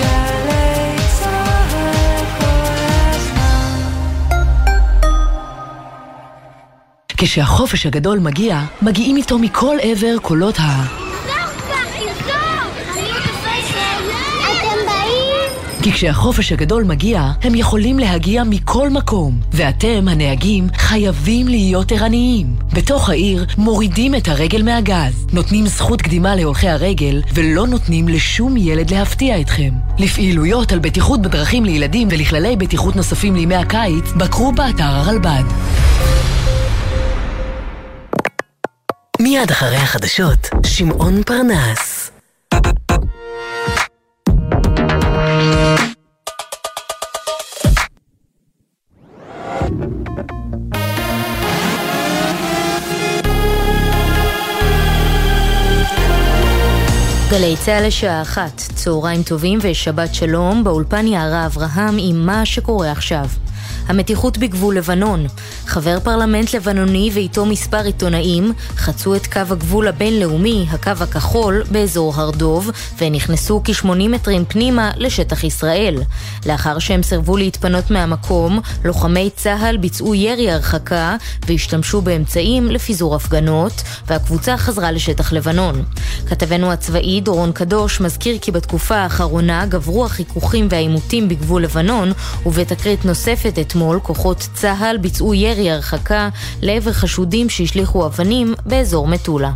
גלי צהל כל הזמן. כשהחופש הגדול מגיע, מגיעים איתו מכל עבר קולות כי כשהחופש הגדול מגיע, הם יכולים להגיע מכל מקום, ואתם, הנהגים, חייבים להיות ערניים. בתוך העיר מורידים את הרגל מהגז, נותנים זכות קדימה להולכי הרגל, ולא נותנים לשום ילד להפתיע אתכם. לפעילויות על בטיחות בדרכים לילדים ולכללי בטיחות נוספים לימי הקיץ, בקרו באתר הרלב"ד. מיד אחרי החדשות, שמעון פרנס. גלי צהל לשעה 1, צהריים טובים ושבת שלום, באולפן יערה אברהם עם מה שקורה עכשיו. המתיחות בגבול לבנון. חבר פרלמנט לבנוני ואיתו מספר עיתונאים חצו את קו הגבול הבינלאומי, הקו הכחול, באזור הרדוב, ונכנסו כ-80 מטרים פנימה לשטח ישראל. לאחר שהם סרבו להתפנות מהמקום, לוחמי צהל ביצעו ירי הרחקה והשתמשו באמצעים לפיזור הפגנות, והקבוצה חזרה לשטח לבנון. כתבנו הצבאי דורון קדוש מזכיר כי בתקופה האחרונה גברו החיכוכים והעימותים בגבול לבנון, ובתקרית נוספת אתמול כוחות צהל ביצעו ירי הרחקה לעבר חשודים שהשליחו אבנים באזור מטולה.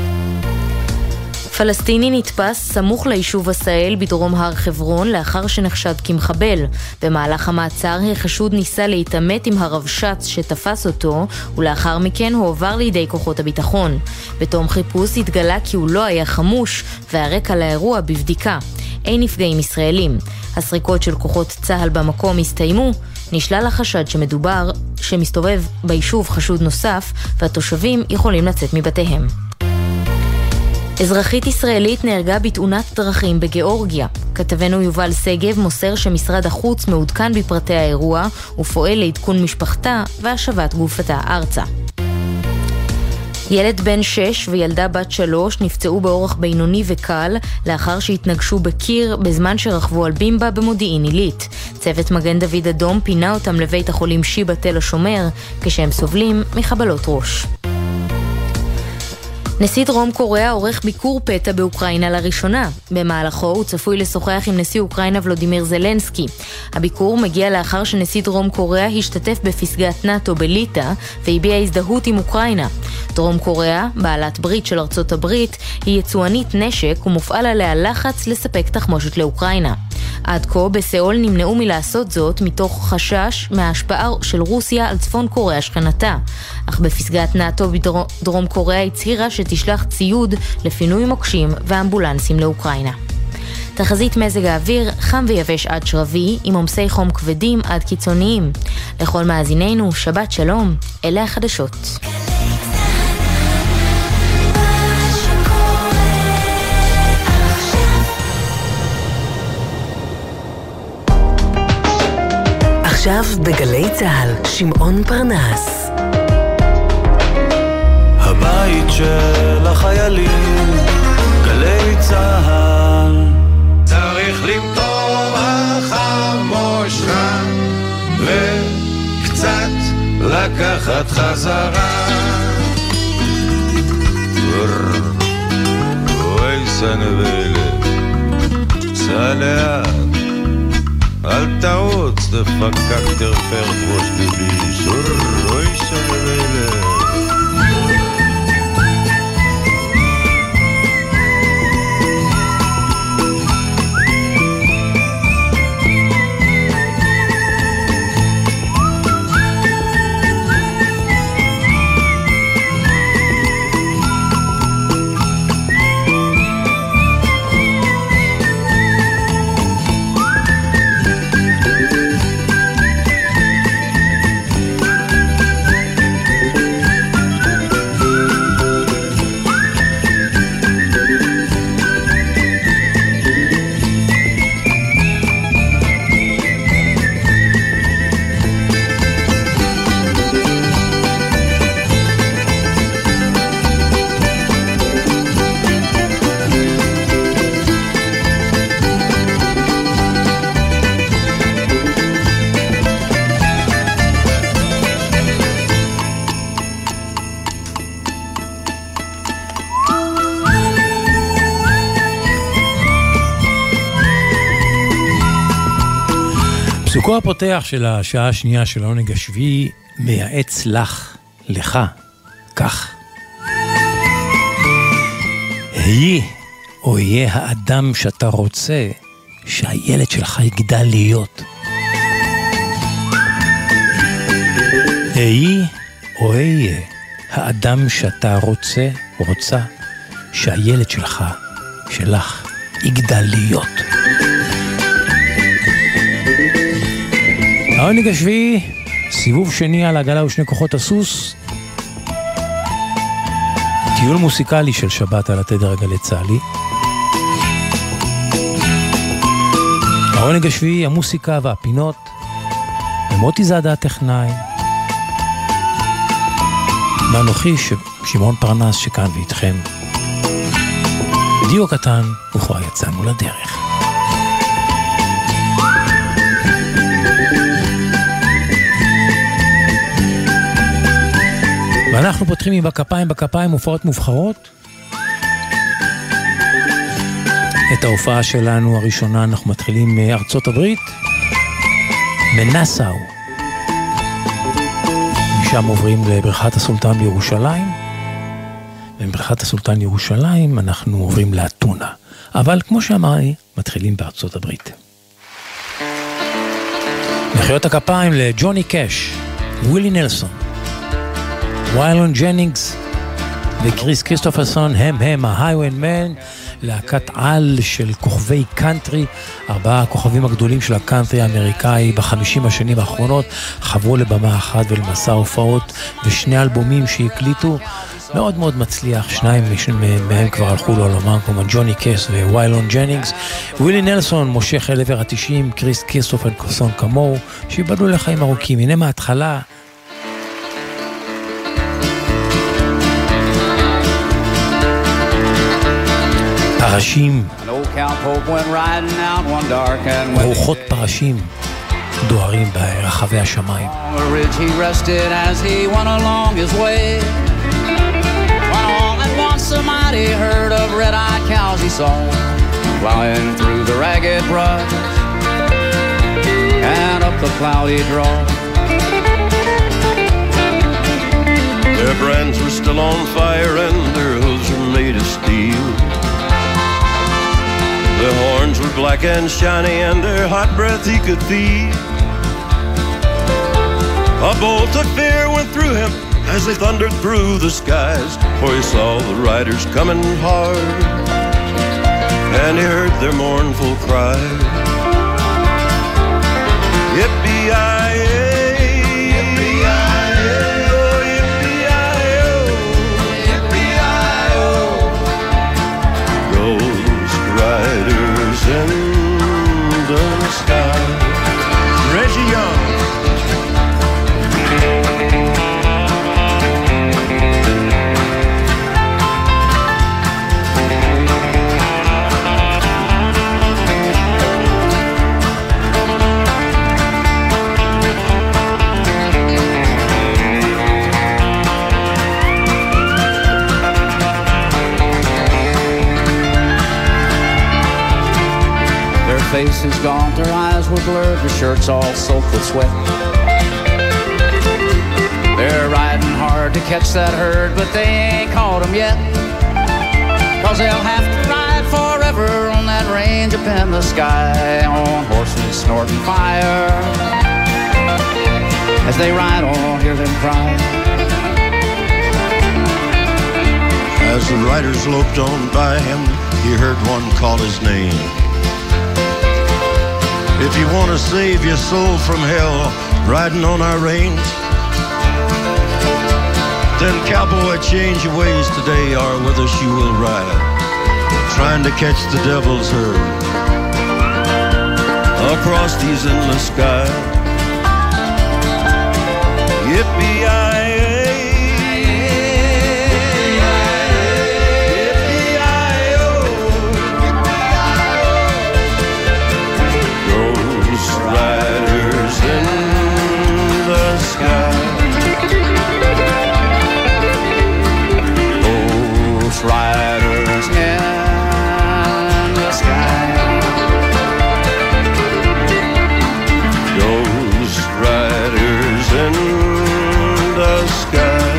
פלסטיני נתפס סמוך ליישוב עשאל בדרום הר חברון לאחר שנחשד כמחבל. במהלך המעצר החשוד ניסה להתעמת עם הרבש"ץ שתפס אותו, ולאחר מכן הוא עובר לידי כוחות הביטחון. בתום חיפוש התגלה כי הוא לא היה חמוש, והרקע לאירוע בבדיקה. אין נפגעים ישראלים. הסריקות של כוחות צהל במקום הסתיימו. נשלל החשד שמסתובב ביישוב חשוד נוסף, והתושבים יכולים לצאת מבתיהם. אזרחית ישראלית נהרגה בתאונת דרכים בגיאורגיה. כתבנו יובל סגב מוסר שמשרד החוץ מעודכן בפרטי האירוע ופועל לעדכון משפחתה והשבת גופתה ארצה. ילד בן 6 וילדה בת 3 נפצעו באורח בינוני וקל לאחר שהתנגשו בקיר בזמן שרכבו על בימבה במודיעין עילית. צוות מגן דוד אדום פינה אותם לבית החולים שיבא תל השומר כשהם סובלים מחבלות ראש. נשיא דרום קוריאה עורך ביקור פתע באוקראינה לראשונה. במהלכו הוא צפוי לשוחח עם נשיא אוקראינה ולודימיר זלנסקי. הביקור מגיע לאחר שנשיא דרום קוריאה השתתף בפסגת נאטו בליטא והביע הזדהות עם אוקראינה. דרום קוריאה, בעלת ברית של ארצות הברית, היא יצואנית נשק ומופעל עליה לחץ לספק תחמושת לאוקראינה. עד כה בסאול נמנעו מלעשות זאת מתוך חשש מההשפעה של רוסיה על צפון קוריאה שכנתה. אך בפסגת נאטו בדרום קוריאה הצהירה שתשלח ציוד לפינוי מוקשים ואמבולנסים לאוקראינה. תחזית מזג האוויר חם ויבש עד שרבי עם עומסי חום כבדים עד קיצוניים. לכל מאזינינו שבת שלום, אלה החדשות. עכשיו בגלי צהל, שמעון פרנס. הבית של החיילים, גלי צהל. צריך למטור החמושה וקצת לקחת חזרה. אוי סנבלת, סע לאט, אל תעוץ, דפקק תרפר ראש דבי, אוי סנבלת. פסוקו הפותח של השעה השנייה של העונג השביעי מייעץ לך, כך. היא או יהיה האדם שאתה רוצה שהילד שלך יגדל להיות. היא או יהיה האדם שאתה רוצה שהילד שלך יגדל להיות. העונג השביעי, סיבוב שני על העגלה ושני כוחות הסוס, טיול מוסיקלי של שבת על התדר הגלי צהלי, העונג השביעי, המוסיקה והפינות, ומוטי זאדה הטכנאי, ואנוכי שמעון פרנס שכאן ואיתכם. דיו קטן, וכבר יצאנו לדרך. ואנחנו פותחים עם בכפיים הופעות מובחרות. את ההופעה שלנו הראשונה אנחנו מתחילים מארצות הברית, מנאסאו. משם עוברים לבריכת הסולטן בירושלים, ומבריכת הסולטן ירושלים אנחנו עוברים לאתונה. אבל כמו שאמרתי, מתחילים בארצות הברית. מחיאות הכפיים לג'וני קאש, ווילי נלסון, ויילון ג'נינגס וקריס כריסטופרסון, הם ההייווימן, להקת על של כוכבי קאנטרי. 4 הכוכבים הגדולים של הקאנטרי האמריקאי ב50 השנים האחרונות חברו לבמה אחת ולמסע הופעות, ו2 אלבומים שהקליטו מאוד מאוד מצליח. 2 מהם כבר הלכו לעולמם, כמו ג'וני קאש וויילון ג'נינגס. ווילי נלסון מושך אל עבר ה-90, קריס כריסטופרסון כמוהו, שיבדלו לחיים ארוכים. הנה מההתחלה פרשים, רוחות פרשים דוהרים ברחבי השמיים. Somebody heard of red-eyed cows he saw flying through the ragged brush and up the cloudy draw. Their brands were still on fire and their hooves were made of steel. Their horns were black and shiny and their hot breath he could feel. A bolt of fear went through him as they thundered through the skies, for he saw the riders coming hard and he heard their mournful cry. Yippee-yi-yi, yippee-yi-yi, oh yippee-yi-yo, yippee-yi-yo. Ghost riders in the sky. Reggie Young. Faces gaunt, their eyes were blurred, their shirts all soaked with sweat. They're riding hard to catch that herd, but they ain't caught them yet. 'Cause they'll have to ride forever on that range up in the sky, on horses snorting fire. As they ride on, hear them cry. As the riders loped on by him, he heard one call his name. If you want to save your soul from hell, riding on our range, then cowboy, change your ways today, or with us you will ride, trying to catch the devil's herd across these endless skies. Yippee-yi-yi. Riders in the sky. Ghost riders in the sky.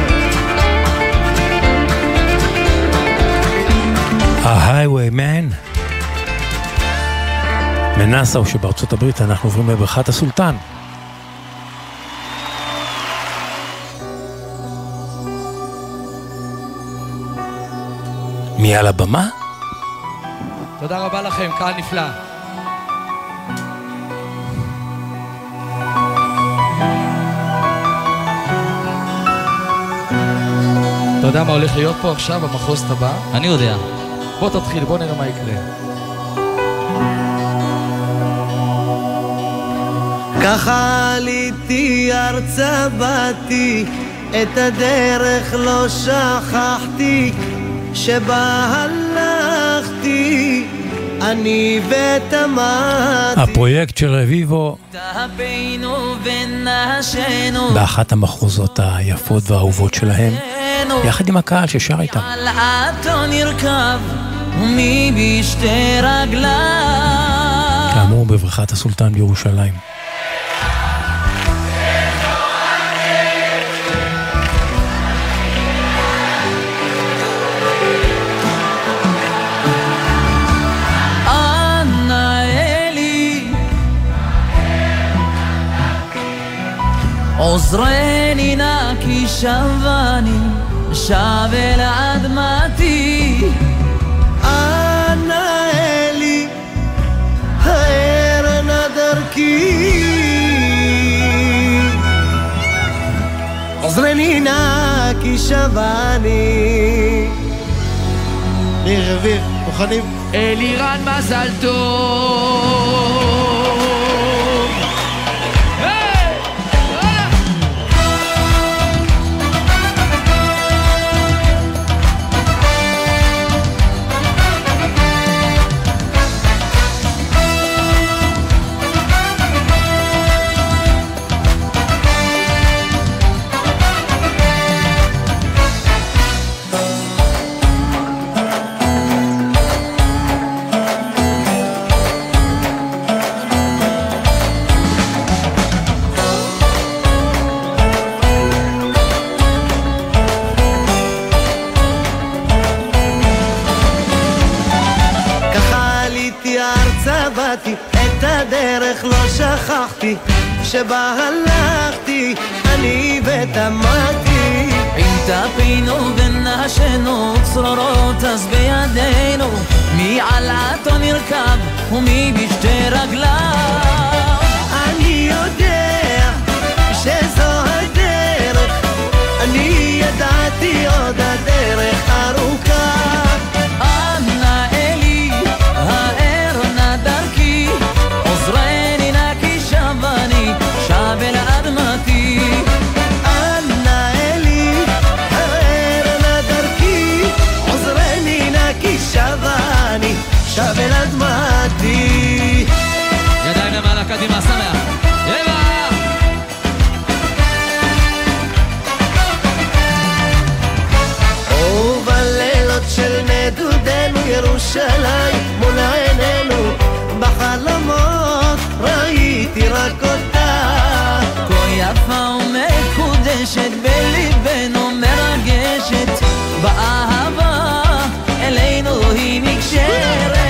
ההייווימן. מנאסאו שבארצות הברית. אנחנו עוברים לבריכת הסולטן. מי על הבמה? תודה רבה לכם, קהל נפלא. אתה יודע מה הולך להיות פה עכשיו במחוז הבא? אני יודע. בוא תתחיל, בוא נראה מה יקרה. ככה עליתי ארצה באתי, את הדרך לא שכחתי, שבה הלכתי אני ותמדתי. הפרויקט של רביבו באחת המחוזות היפות והאהובות שלהם, יחד עם הקהל ששר איתם. על עתו נרכב ומי בשתי רגליו, כאמור בבריכת הסולטן בירושלים. עוזרני נא כי שבני שב אל אדמתי. אנא אלי האר נא דרכי, עוזרני נא כי שבני. ניר רביב, מוכנים? אלירן מזל טוב. את הדרך לא שכחתי, שבה הלכתי אני ותמדתי. אם תפינו ונשנו צרורות אז בידינו, מי על עתו נרכב ומי בשתי רגליו. אני יודע שזו הדרך, אני ידעתי עוד הדרך ארוכה. שב אל אדמתי. ידיים למעלה קדימה, שמח. יאללה! ובלילות של נדודנו ירושלים מול עינינו, בחלומות ראיתי רק אותה. כה יפה ומקודשת בליבנו מרגשת, באהבה אלינו היא נקשרת.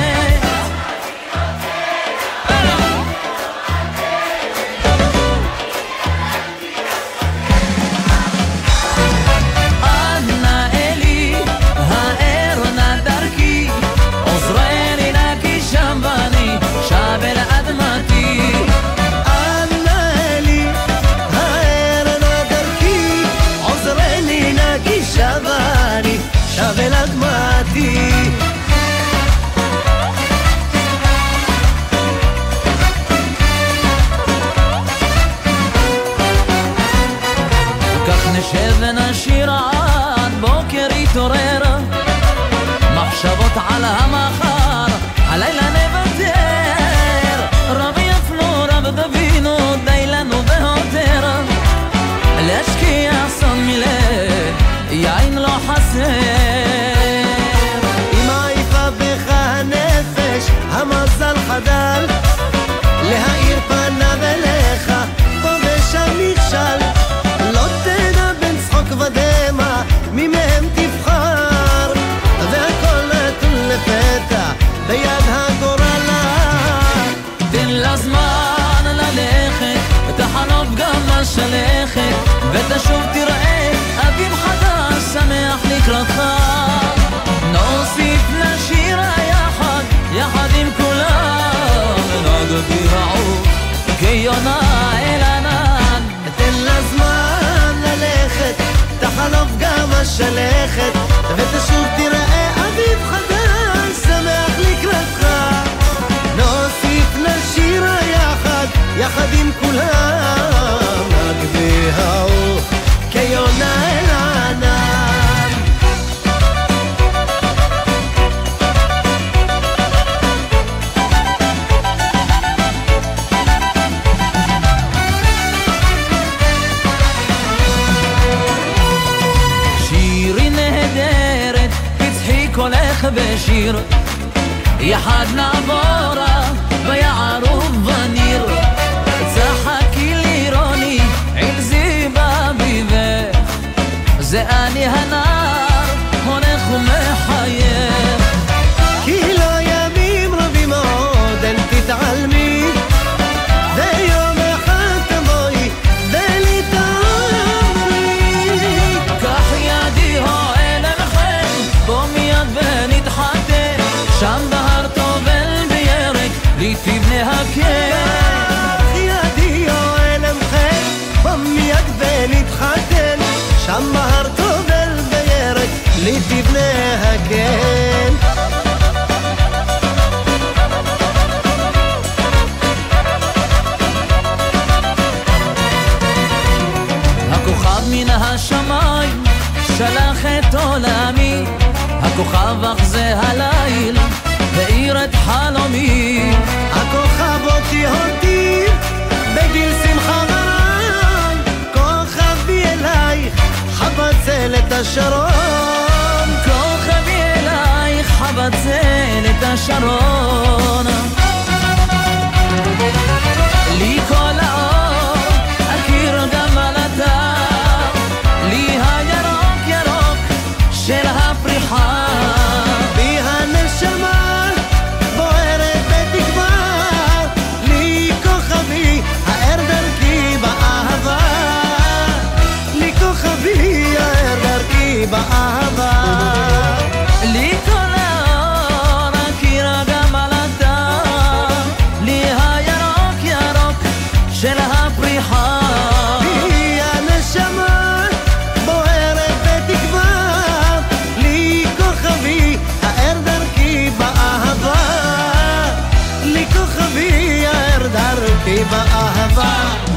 נשב ונשיר עד בוקר יתעורר, מחשבות על המחר, הלילה נוותר. רב יפנו רב דבינו די לנו בהותר, להשקיע סון מלב יין לא חסר. אם עייפה בך הנפש המזל חדל, להאיר פניו אליך פה ושם נכשל. לא תדע בין צחוק ודמע מי מהם תבחר, והכל נתון לפתע ביד הגורלה. תן לה זמן ללכת, תחנוף גם השלכת, ותשוב תראה אביב חדש שמח לקראתך. נוסיף נשיר יחד, יחד עם כולם, ונגבי העוף כיונה אל ענן. תן לה זמן ללכת, תחלוף גם השלכת, ותשוב תראה אביב חדש שמח לקראתך. נוסיף נשיר יחד, יחד עם כולם, השיר יחד נעבורה ביער ובניר צחקי לירוני עלזי בביבך זה אני הנער הולך ומחייך כי לא ימים רבים מאוד אל תתעלמי ויום אחד תבואי ולתעלמי קח ידי הועל אליכם בוא מיד ונתחתן שם בהר טובל בירק לי תבנה הקן ידי הועל אליכם בוא מיד ונתחתן שם בהר טובל בירק לי תבנה הקן הכוכב מן השמיים שלח את עולמי הכוכב אך זה הליל העיר את חלומי הכוכב אותי הותיר בגיל שמחה ורעי כוכבי אלייך חבצלת השרון כוכבי אלייך חבצלת השרון לי כל האור הכיר גם על אתר לי הירוק ירוק של הפריחה בי הנשמה בוערת בתקווה לי כוכבי האר דרכי באהבה לי כוכבי האר דרכי באהבה לי כל האור הכיר גם על אתר לי הירוק ירוק של הפריחה בי הנשמה בוערת בתקווה לי כוכבי האר דרכי באהבה לי כוכבי האר דרכי באהבה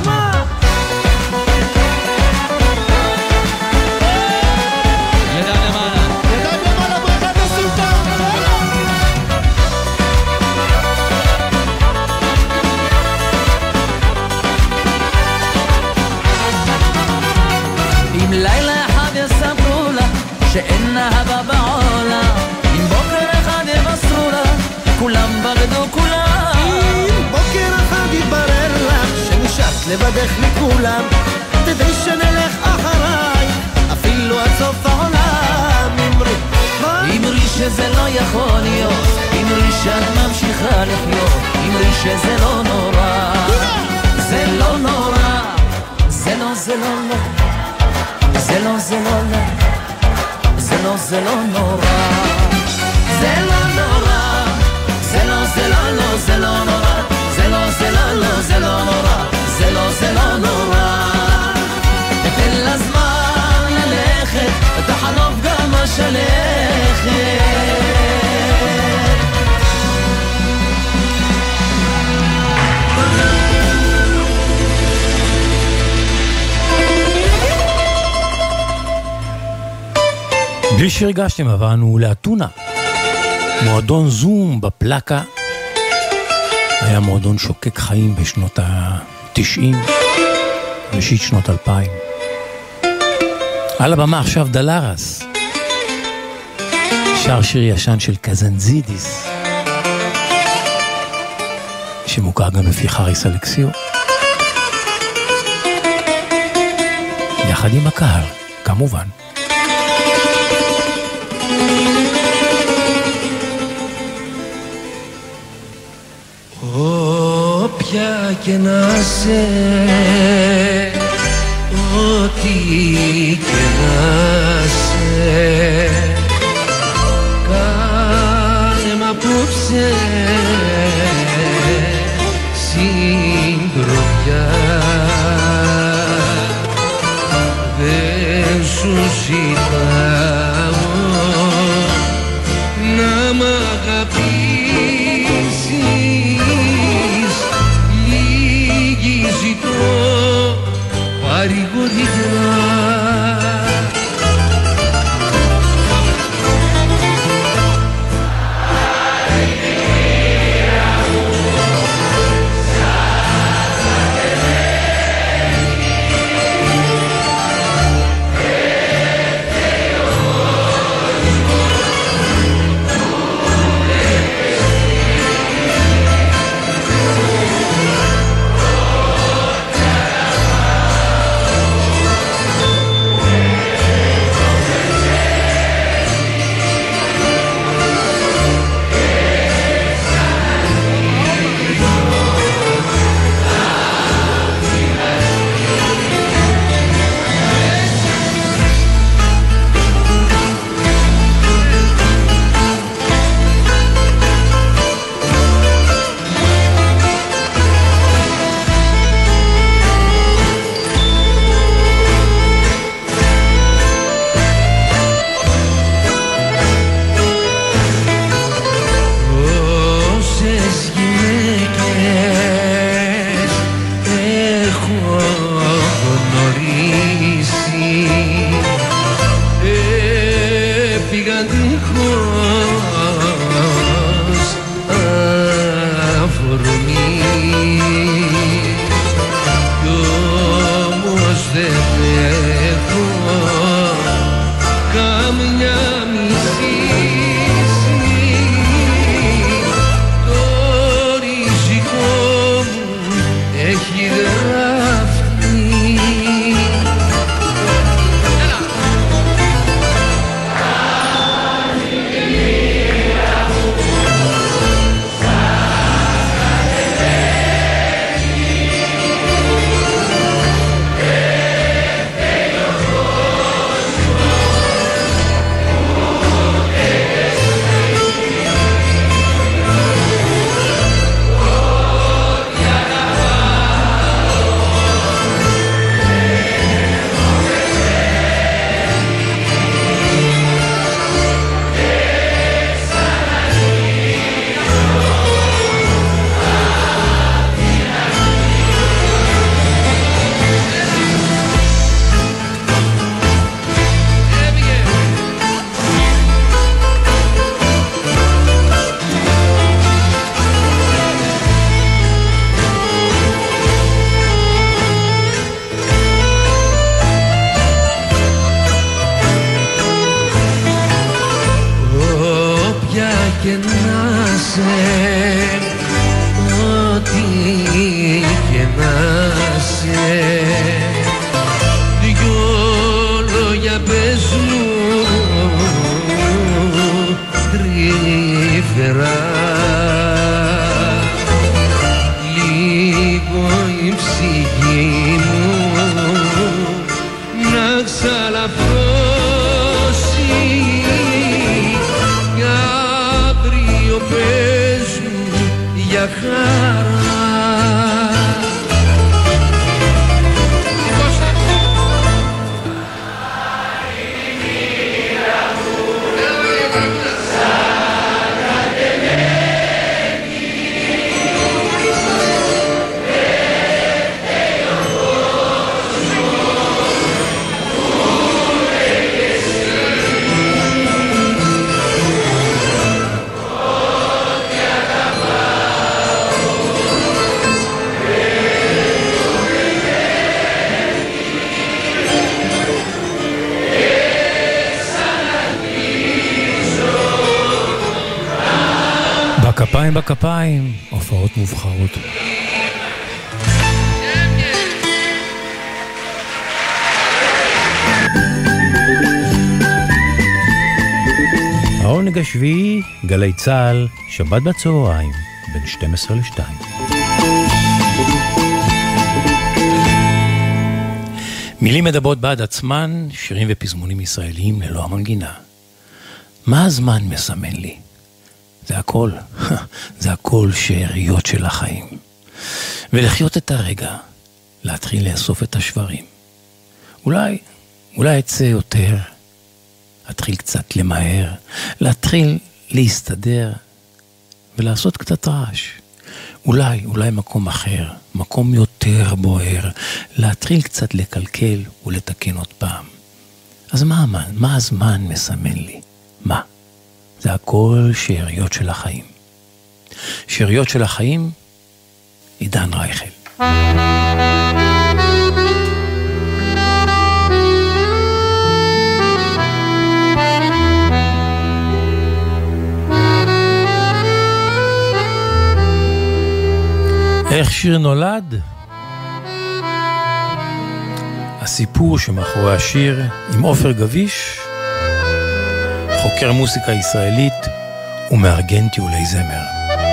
לילה אחד יספרו לה שאין אהבה בעולם אם בוקר אחד יבשרו לה כולם בגדו כולם אם בוקר אחד יתברר לך שנשארת לבדך מכולם תדעי שנלך אחריי אפילו עד סוף העולם אמרי שזה לא יכול להיות אמרי שאת ממשיכה לחיות אמרי שזה לא נורא זה לא נורא זה לא זה לא לא זה לא זה לא לא זה לא זה לא נורא זה לא נורא זה לא זה לא לא זה לא נורא זה לא זה לא לא זה לא נורא זה לא זה לא נורא תן לזמן ללכת תחלוף גם השלכת בלי שהרגשתם עברנו לאתונה. מועדון זום בפלקה היה מועדון שוקק חיים בשנות ה-90, ראשית שנות 2000. על הבמה עכשיו דלרס, שר שיר ישן של קזנזידיס, שמוכר גם לפי חריס אלכסיו, יחד עם הקהל, כמובן. Όποια και να σε, ό,τι και να σε, κάνε μ' απόψε συντροφιά. Δεν σου ζητάω να μ' αγαπήσεις, λίγη ζητώ παρηγοριά. יקרה. בכפיים בכפיים, הופעות מובחרות. העונג השביעי, גלי צהל, שבת בצהריים, בין 12 ל-2. מילים מדברות בעד עצמן, שירים ופזמונים ישראליים ללא המנגינה. מה הזמן מסמן לי? זה הכל, זה הכל שאריות של החיים. ולחיות את הרגע, להתחיל לאסוף את השברים. אולי אצא יותר, להתחיל קצת למהר, להתחיל להסתדר, ולעשות קצת רעש. אולי מקום אחר, מקום יותר בוער, להתחיל קצת לקלקל ולתקן עוד פעם. אז מה הזמן מסמן לי? מה? זה הכל שאריות של החיים. שאריות של החיים, עידן רייכל. איך שיר נולד? הסיפור שמאחורי השיר עם עופר גביש, חוקר מוסיקה ישראלית ומארגן טיולי זמר.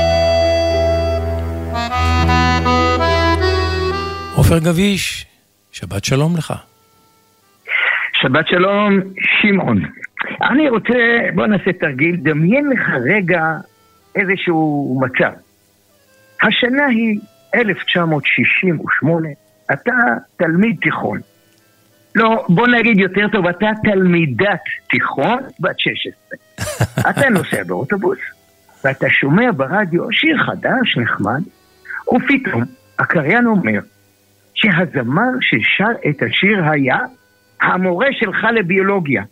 עופר גביש, שבת שלום לך. שבת שלום, שמעון. אני רוצה, בוא נעשה תרגיל, דמיין לך רגע איזשהו מצב. השנה היא 1968, אתה תלמיד תיכון. לא, בוא נגיד יותר טוב, אתה תלמידת תיכון בת 16. אתה נוסע באוטובוס, ואתה שומע ברדיו שיר חדש, נחמד, ופתאום הקריין אומר שהזמר ששר את השיר היה המורה שלך לביולוגיה.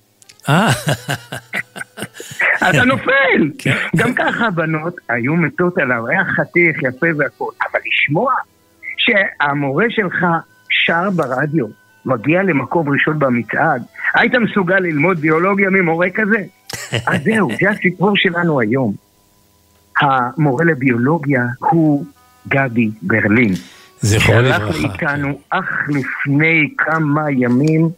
אתה נופל. גם ככה הבנות היו מתות עליו, היה חתיך יפה והכל, אבל לשמוע שהמורה שלך שר ברדיו, מגיע למקום ראשון במצעד, היית מסוגל ללמוד ביולוגיה ממורה כזה? אז זהו, זה הסיפור שלנו היום. המורה לביולוגיה הוא גבי ברלין. זכרו לברכה. שהלך איתנו אך לפני כמה ימים,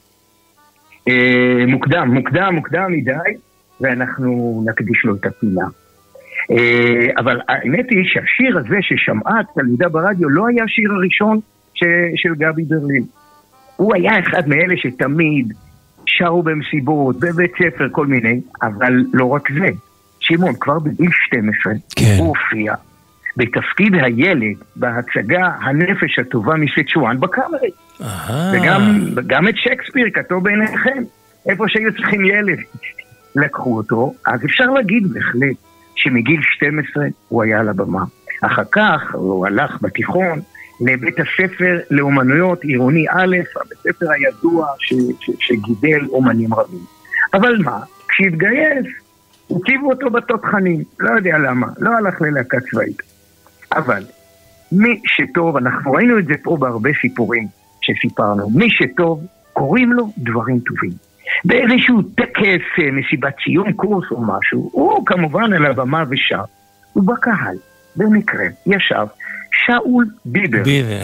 מוקדם מדי, ואנחנו נקדיש לו את הפינה. אבל האמת היא שהשיר הזה ששמעה תלמידה ברדיו לא היה השיר הראשון של גבי ברלין. הוא היה אחד מאלה שתמיד שרו במסיבות, בבית ספר, כל מיני, אבל לא רק זה. שמעון, כבר בגיל 12, הוא הופיע בתפקיד הילד בהצגה הנפש הטובה מסצ'ואן בקאמרי. וגם את שייקספיר כתוב בעיניכם, איפה שהיו צריכים ילד. לקחו אותו, אז אפשר להגיד בהחלט שמגיל 12 הוא היה על הבמה. אחר כך הוא הלך בתיכון לבית הספר לאומנויות עירוני א', הבית הספר הידוע שגידל אומנים רבים. אבל מה? כשהתגייס, הציבו אותו בתותחנים, לא יודע למה, לא הלך ללהקה צבאית. אבל מי שטוב, אנחנו ראינו את זה פה בהרבה סיפורים שסיפרנו, מי שטוב, קוראים לו דברים טובים. באיזשהו טקס, מסיבת סיום קורס או משהו, הוא כמובן על הבמה ושר. ובקהל, במקרה, ישב שאול ביבר.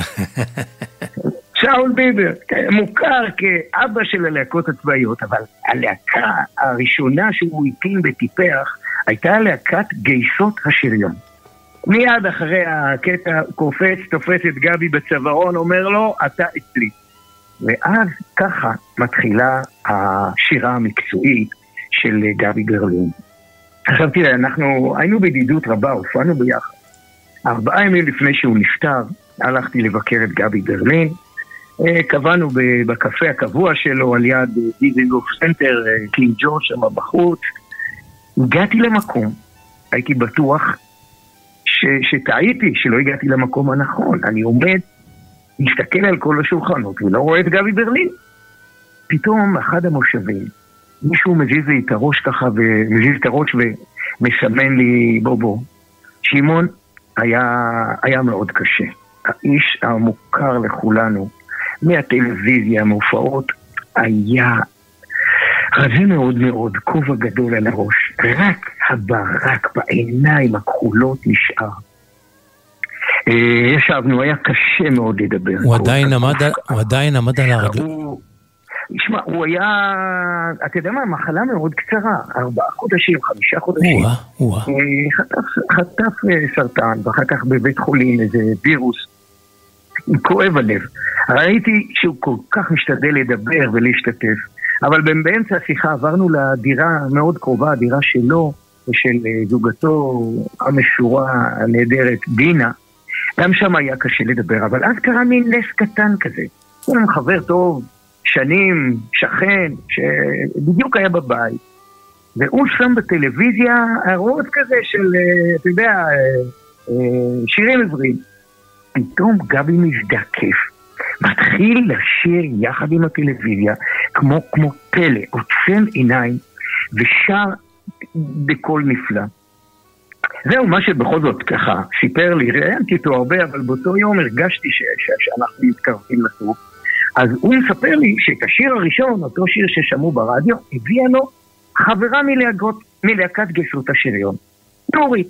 שאול ביבר, מוכר כאבא של הלהקות הצבאיות, אבל הלהקה הראשונה שהוא הקים וטיפח, הייתה להקת גייסות השריון. מיד אחרי הקטע קופץ, תופס את גבי בצווארון, אומר לו, אתה אצלי. ואז ככה מתחילה השירה המקצועית של גבי ברלין. עכשיו תראה, אנחנו היינו בידידות רבה, הופענו ביחד. 4 ימים לפני שהוא נפטר, הלכתי לבקר את גבי ברלין, קבענו בקפה הקבוע שלו על יד דיזינגוף סנטר, קינג ג'ורג' שם בחוץ. הגעתי למקום, הייתי בטוח שטעיתי, שלא הגעתי למקום הנכון. אני עומד, מסתכל על כל השולחנות ולא רואה את גבי ברלין. פתאום אחד המושבים, מישהו מזיז לי את הראש ככה, ומזיז את הראש ומסמן לי בוא. שמעון היה מאוד קשה. האיש המוכר לכולנו, מהטלוויזיה, מהופעות, היה רזה מאוד מאוד, כובע גדול על הראש. רק הברק בעיניים הכחולות נשאר. ישבנו, היה קשה מאוד לדבר. הוא עדיין עמד על הרגל. תשמע, הוא היה, אתה יודע מה, מחלה מאוד קצרה, 4 חודשים, 5 חודשים. חטף סרטן, ואחר כך בבית חולים איזה וירוס. כואב הלב. ראיתי שהוא כל כך משתדל לדבר ולהשתתף, אבל באמצע השיחה עברנו לדירה מאוד קרובה, הדירה שלו ושל זוגתו המשורה הנהדרת דינה. גם שם היה קשה לדבר, אבל אז קרה מין נס קטן כזה. הוא חבר טוב, שנים, שכן, שבדיוק היה בבית. והוא שם בטלוויזיה ערוץ כזה של, אתה יודע, שירים עבריים. פתאום גבי מזדקף, מתחיל לשיר יחד עם הטלוויזיה, כמו פלא, עוצם עיניים, ושר בקול נפלא. זהו מה שבכל זאת ככה סיפר לי, ראיינתי אותו הרבה, אבל באותו יום הרגשתי שאנחנו מתקרבים לסוף. אז הוא מספר לי שאת השיר הראשון, אותו שיר ששמעו ברדיו, הביאה לו חברה מלהקת גסות השריון, נורית.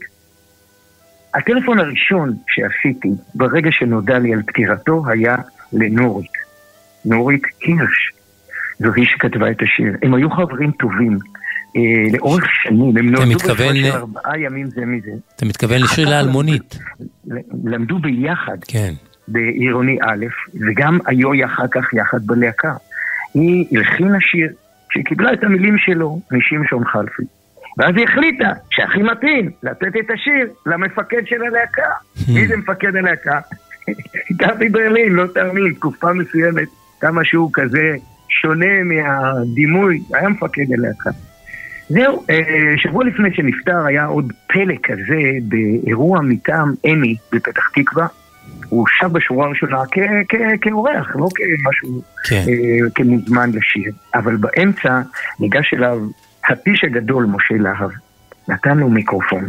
הטלפון הראשון שעשיתי ברגע שנודע לי על פטירתו היה לנורית. נורית הירש. זו היא שכתבה את השיר. הם היו חברים טובים. לאורך שנים, הם נולדו בפרש של 4 ימים זה מזה. אתה מתכוון לשיר לאלמונית. למדו ביחד. כן. בעירוני א', וגם היו אחר כך יחד בלהקה. היא הלחינה שיר שקיבלה את המילים שלו משמשון חלפי. ואז היא החליטה שהכי מתאים לתת את השיר למפקד של הלהקה. מי זה מפקד הלהקה? גבי ברלין, לא תאמין, תקופה מסוימת, כמה שהוא כזה שונה מהדימוי, היה מפקד הלהקה. זהו, שבוע לפני שנפטר היה עוד פלא כזה באירוע מטעם אמי בפתח תקווה. הוא שב בשורה הראשונה כאורח, לא כמשהו, כמוזמן לשיר. אבל באמצע ניגש אליו הפיש הגדול משה להב, נתן לו מיקרופון.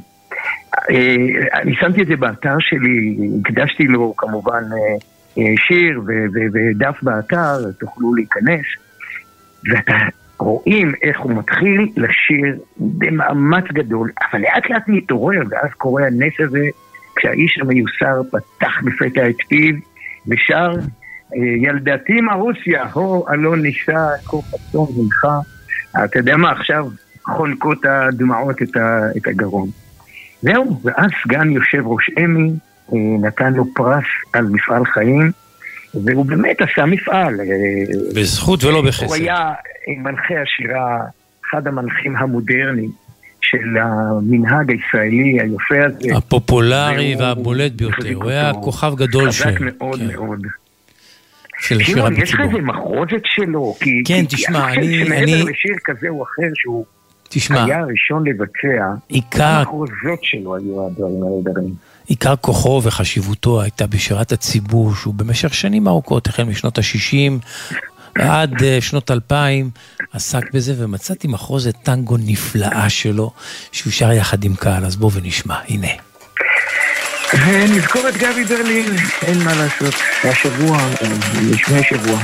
אני שמתי את זה באתר שלי, הקדשתי לו כמובן שיר ודף באתר, תוכלו להיכנס, ואתה רואים איך הוא מתחיל לשיר במאמץ גדול, אבל לאט לאט מתעורר, ואז קורה הנס הזה, כשהאיש המיוסר פתח בפתע את פיו, ושר, ילדתי מרוסיה, הו אלון ניסה, כה פצון ממך, אתה יודע מה, עכשיו חונקות הדמעות את הגרון. זהו, ואז סגן יושב ראש אמי, נתן לו פרס על מפעל חיים, והוא באמת עשה מפעל. בזכות ולא בחסד. הוא היה מנחה השירה, אחד המנחים המודרניים, של המנהג הישראלי היפה הזה. הפופולרי והבולט ביותר. הוא היה כוכב גדול חזק מאוד מאוד. של שירה בציבור. יש לך איזה מחרוזת שלו? כן, תשמע, מעבר לשיר כזה או אחר שהוא היה הראשון לבצע, המחרוזות שלו היו הדברים האלה. עיקר כוחו וחשיבותו הייתה בשירת הציבור, שהוא במשך שנים ארוכות, החל משנות ה-60 עד שנות 2000, עסק בזה, ומצאתי מחרוזת טנגו נפלאה שלו, שהוא שר יחד עם קהל, אז בוא ונשמע, הנה. ונזכור את גבי ברלין, אין מה לעשות, השבוע, לפני שבוע.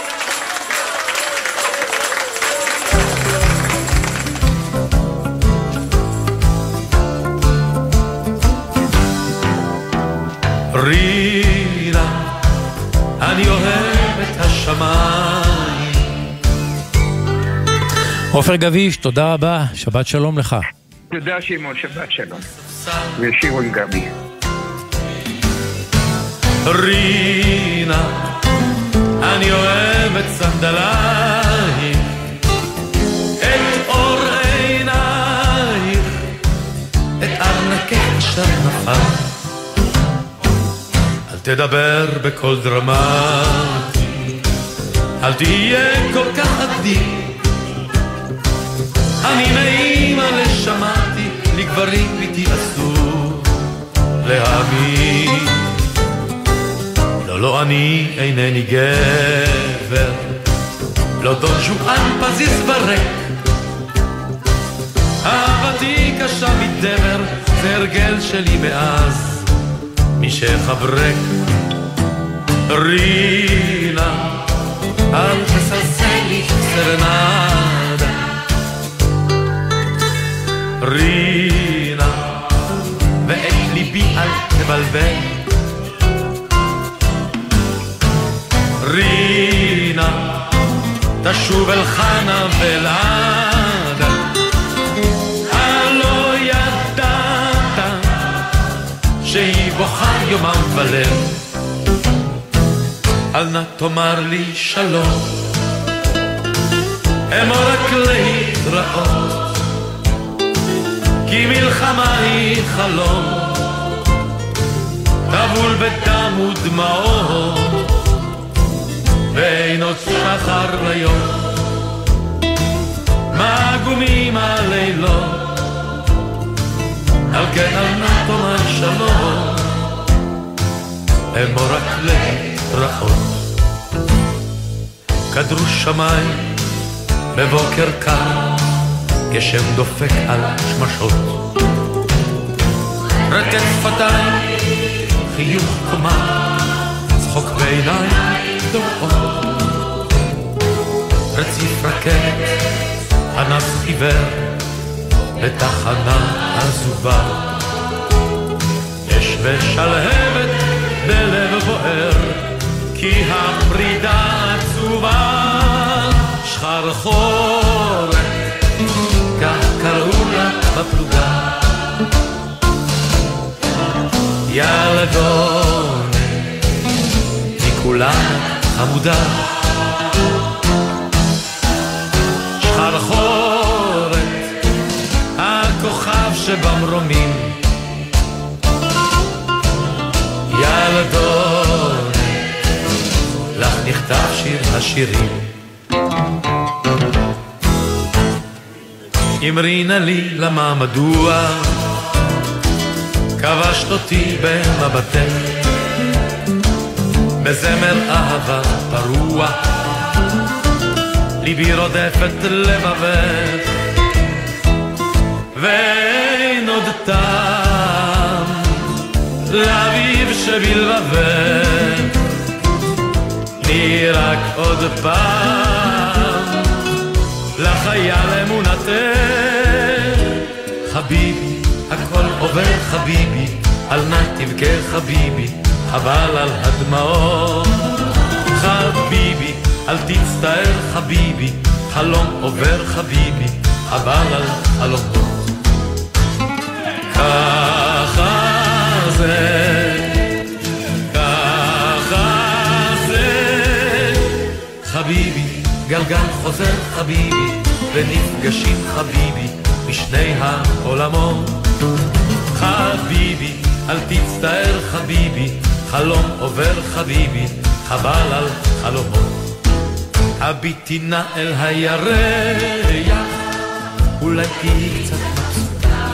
רינה, אני אוהב את השמיים. עופר גביש, תודה רבה, שבת שלום לך. תודה שמעון, שבת שלום. ושירו עם גבי. רינה, אני אוהב את סנדלייך, את אור עינייך, את ארנקך אשר נפל. תדבר בקול דרמטי, אל תהיה כל כך עדין. אני מאמא לשמעתי, לגברים איתי אסור להאמין. לא, לא, אני אינני גבר, לא דון ז'ואן פזיז ורק. אהבתי קשה מדבר, זה הרגל שלי מאז מי שחברק. רינה, אל תסלסל לי סרנדה. רינה, ואת ליבי אל תבלבל. רינה, תשוב אל חנה ולעדה. הלא ידעת שהיא בוכה יומם וליל. אל נא תאמר לי שלום, אמור רק להתראות, כי מלחמה היא חלום טבול בדם ודמעות, ואין עוד שחר ליום. מגומים הלילות, על כן אל נא תאמר שלום, אמור רק להתראות. כדרו שמיים בבוקר קר, גשם דופק על שמשות. רקת שפתיים, חיוך קומה, צחוק בעיניים דומעות. רציף רכבת, ענף חיוור, לתחנה עזובה. יש ושלהבת בלב בוער, כי הפרידה עצובה. שחרחורת, כך קראו לה בפלוגה. ילדון, מכולן חמודה. שחרחורת, הכוכב שבמרומים. ילדון, לך נכתב שיר השירים. אמרי נא לי למה מדוע כבשת אותי במבטך, בזמר אהבה פרוע, ליבי רודף את לבבך, ואין עוד טעם לאביב שבלבבך. תני רק עוד פעם לחייל אמונתך. חביבי, הכל עובר חביבי, אל נא תבכה חביבי, חבל על הדמעות. חביבי, אל תצטער חביבי, חלום עובר חביבי, חבל על חלומות. ככה זה, ככה זה, חביבי, גלגל חוזר חביבי, ונפגשים חביבי משני העולמות. חביבי, אל תצטער חביבי, חלום עובר חביבי, חבל על חלומות. הביטי נא אל הירח, אולי תהי קצת מבסוטה.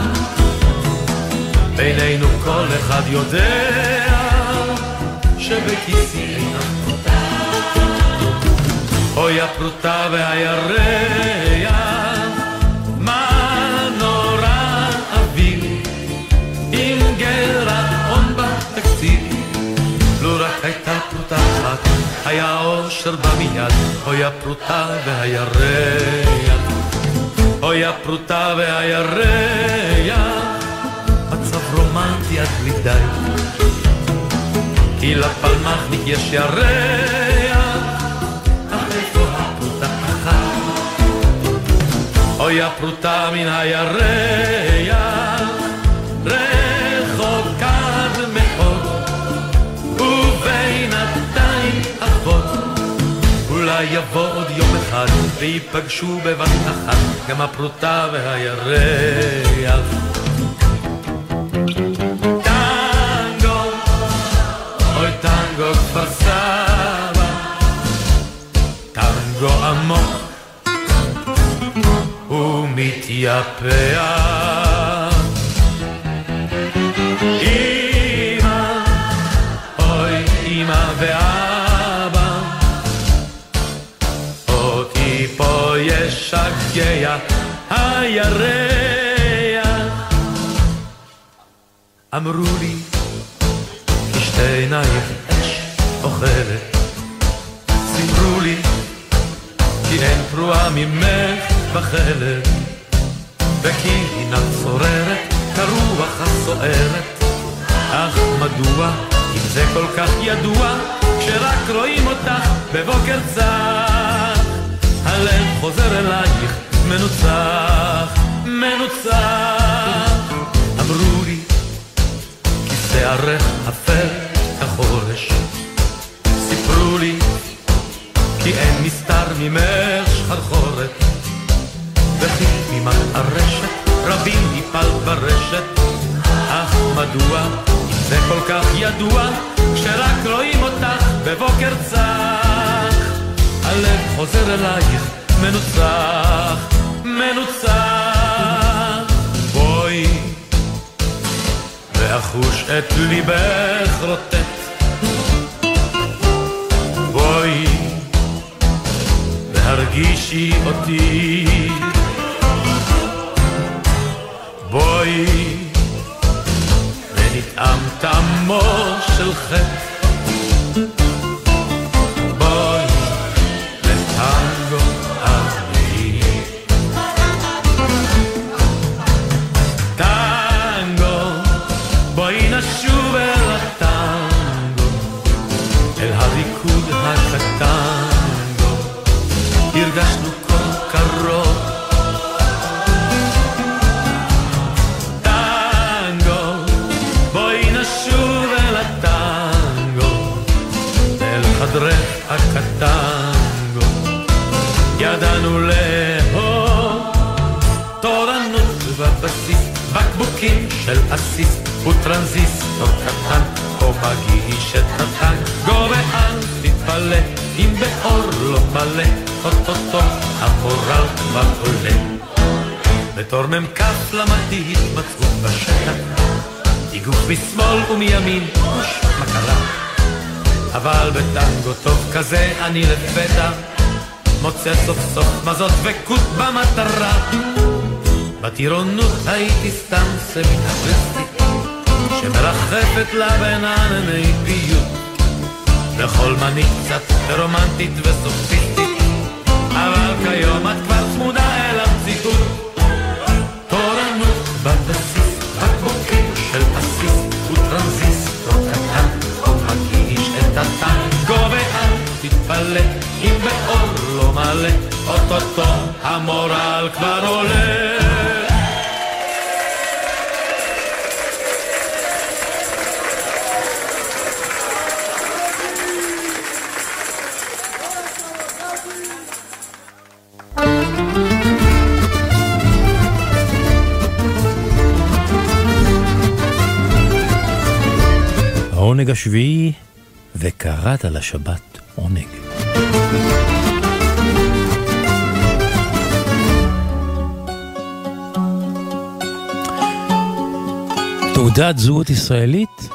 בינינו כל אחד יודע שבכיסי אין פרוטה. אוי הפרוטה והירח, מה נורא אביב עם גרעון בתקציב. לו רק הייתה פרוטה אחת, היה אושר במיד. אוי הפרוטה והירח, אוי הפרוטה והירח, מצב רומנטי עד בלי די, כי לפלמחניק יש ירח, אך איפה הפרוטה אחת. אוי הפרוטה מן הירח, רחוקה עד מאוד, ובינתיים אחות. אולי יבוא עוד יום אחד ויפגשו בבת אחת, גם הפרוטה והירח. טנגו, אוי יפח. אמא, אוי אמא ואבא, אותי פה ישגע הירח. אמרו לי כשתי עינייך אש אוכלת, סיפרו לי כי אין פרועה ממך בחלב, וכי היא צוררת כרוח הסוערת. אך מדוע אם זה כל כך ידוע, כשרק רואים אותך בבוקר צח, הלב חוזר אלייך מנוצח, מנוצח. אמרו לי כי שערך אפל כחורש, סיפרו לי כי אין מסתר ממך שחרחורת, וכי ממערשת רבים יפל ברשת. אך מדוע אם זה כל כך ידוע, כשרק רואים אותך בבוקר צח, הלב חוזר אלייך מנוצח, מנוצח. בואי ואחוש את ליבך רוטט, בואי והרגישי אותי, בואי ונטעם טעמו של חטא, בואי לטנגו אבי, טנגו, בואי נשוב אל הטנגו, אל הריקוד הקטנגו, הרגשנו כל קרוב. חדרך הקטנגו, ידענו לאהוב, תורנות בבסיס, בקבוקים של אסיס, וטרנזיסטור קטן, או מגיש את הטנגו, ואל תתפלא אם באור לא מלא, אוטוטו המורל כבר עולה. בתור ממקף למדתי התמצאות בשטח, איגוף משמאל ומימין, מה קרה? אבל בטנגו טוב כזה אני לפתע מוצא סוף סוף מזות וקוט במטרה. בטירונות הייתי סתם סמינריסטית שמרחפת לה בין ענני פיוט, לכל מנהיג קצת רומנטית וסופיסטית, אבל כיום את כבר צמודה אל המציאות. תורנות בבסיס, בקבוקים של אסיס וטרנזיסטור קטן, טנגו ואל תתפלא אם באור לא מלא, אוטוטו המורל כבר עולה. העונג השביעי, וקראת לשבת עונג. תעודת זהות ישראלית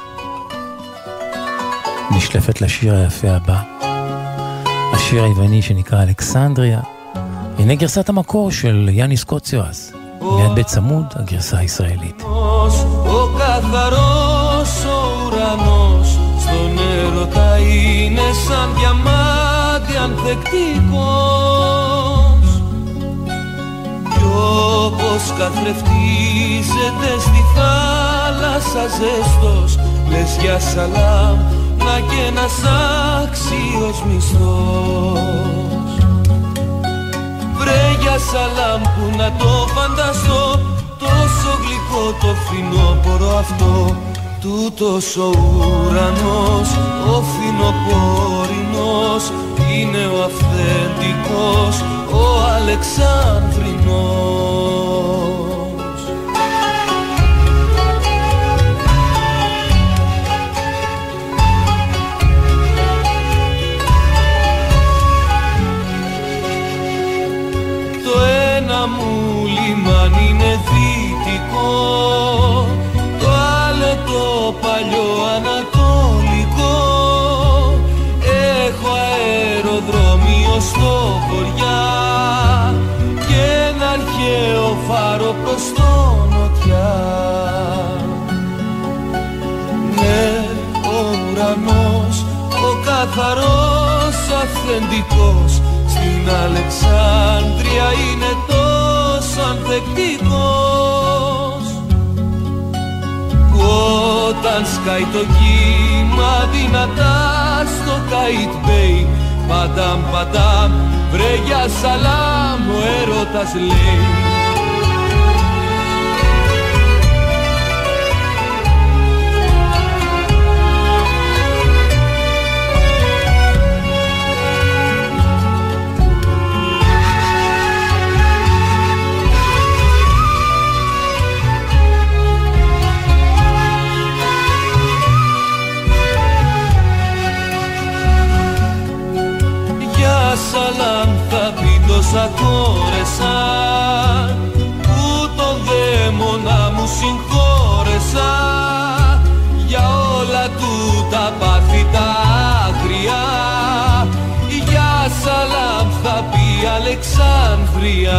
נשלפת לשיר היפה הבא, השיר היווני שנקרא אלכסנדריה. הנה גרסת המקור של יאניס קוציואס, מיד בצמוד הגרסה הישראלית. Ο καθαρός ο ουρανός στον έρωτα είναι σαν διαμάντι ανθεκτικός, κι όπως καθρεφτίζεται στη θάλασσα ζέστος, λες για σαλάμ να και ένας άξιος μισθός. Βρε για σαλάμ που να το φανταστώ, τόσο γλυκό το φθινόπωρο αυτό, τούτος ο ουρανός, ο φθινοπορεινός, είναι ο αυθεντικός, ο Αλεξάνδρινος. Το ένα μου λιμάνι ζάχαρος αυθεντικός, στην Αλεξάνδρεια είναι τόσο ανθεκτικός. Όταν σκάει το κύμα δυνατά στο Καϊτ Μπέι, παντάμ παντάμ βρε για σαλάμ ο έρωτας λέει. Σαλάμ θα πει τόσα χώρεσαν, που τον δαίμονα μου συγχώρεσα, για όλα του τα πάθη τα άγρια. Για σαλάμ θα πει Αλεξάνδρεια.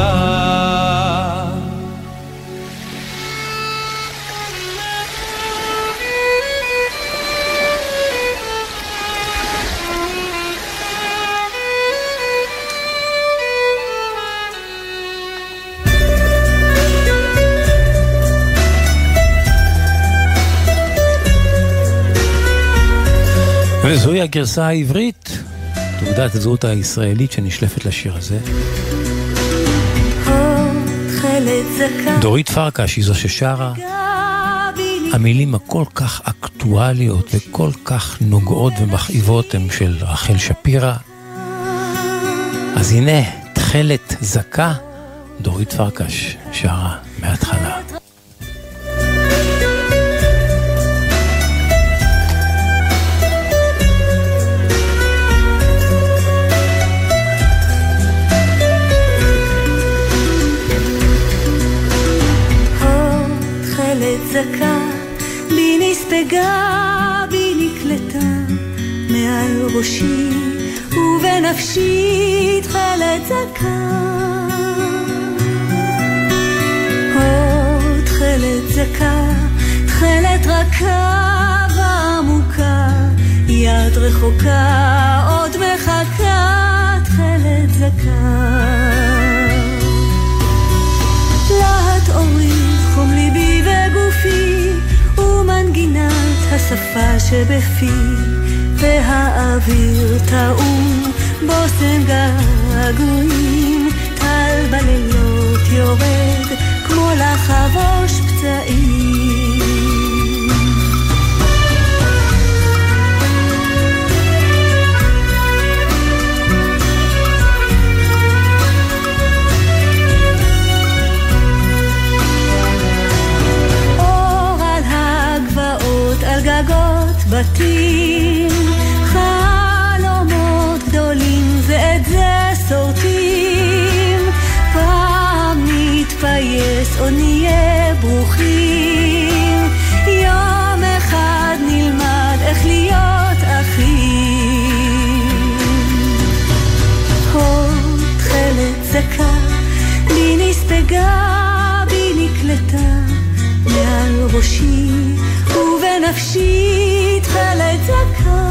וזוהי הגרסה העברית, תעודת הזהות הישראלית שנשלפת לשיר הזה. דורית פרקש היא זו ששרה. המילים הכל כך אקטואליות וכל כך נוגעות ומכאיבות הם של רחל שפירא. אז הנה, תחלת זקה, דורית פרקש שרה מההתחלה. זקה, בי נספגה, בי נקלטה, מעל ראשי ובנפשי תחלת זקה. עוד תחלת זקה, תחלת רכה ועמוקה, יד רחוקה עוד מחכה, תחלת זקה. להט אורי חום ליבי וגופי ומנגינת השפה שבפי, והאוויר טעום בוסם געגועים, טל בלילות יורד כמו לחבוש פצעים. גגות בתים, חלומות גדולים זה את זה סורטים, פעם נתפייס או נהיה ברוכים, יום אחד נלמד איך להיות אחים. עוד תחלת זקה, בי נספגה, בי נקלטה, מעל ראשי ובנפשי תחלת זקה.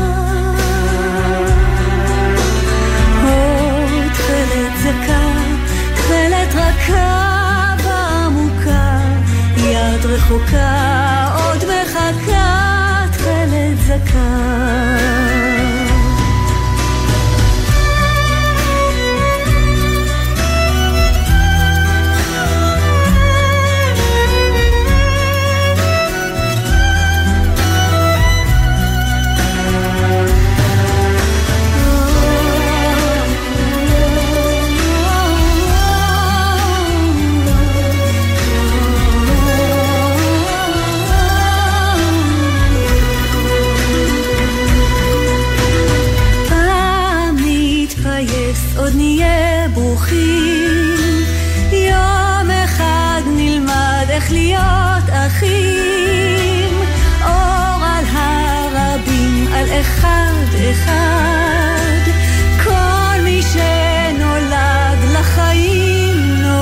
עוד תחלת זקה, תחלת רכה ועמוקה, יד רחוקה עוד מחכה, תחלת זקה. עוד נהיה ברוכים, יום אחד נלמד איך להיות אחים, אור על הרבים על אחד אחד, כל מי שנולד לחיים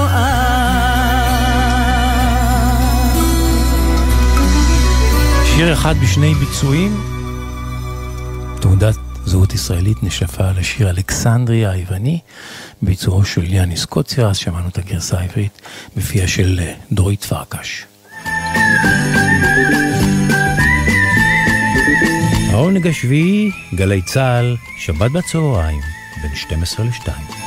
נועד. שיר אחד בשני ביצועים, תעודת זהות ישראלית נשלפה על השיר אלכסנדריה היווני, ביצועו של יאניס קוצירס. שמענו את הגרסה העברית בפיה של דורית פרקש. העונג השביעי, גלי צהל, שבת בצהריים, בין 12 ל-2.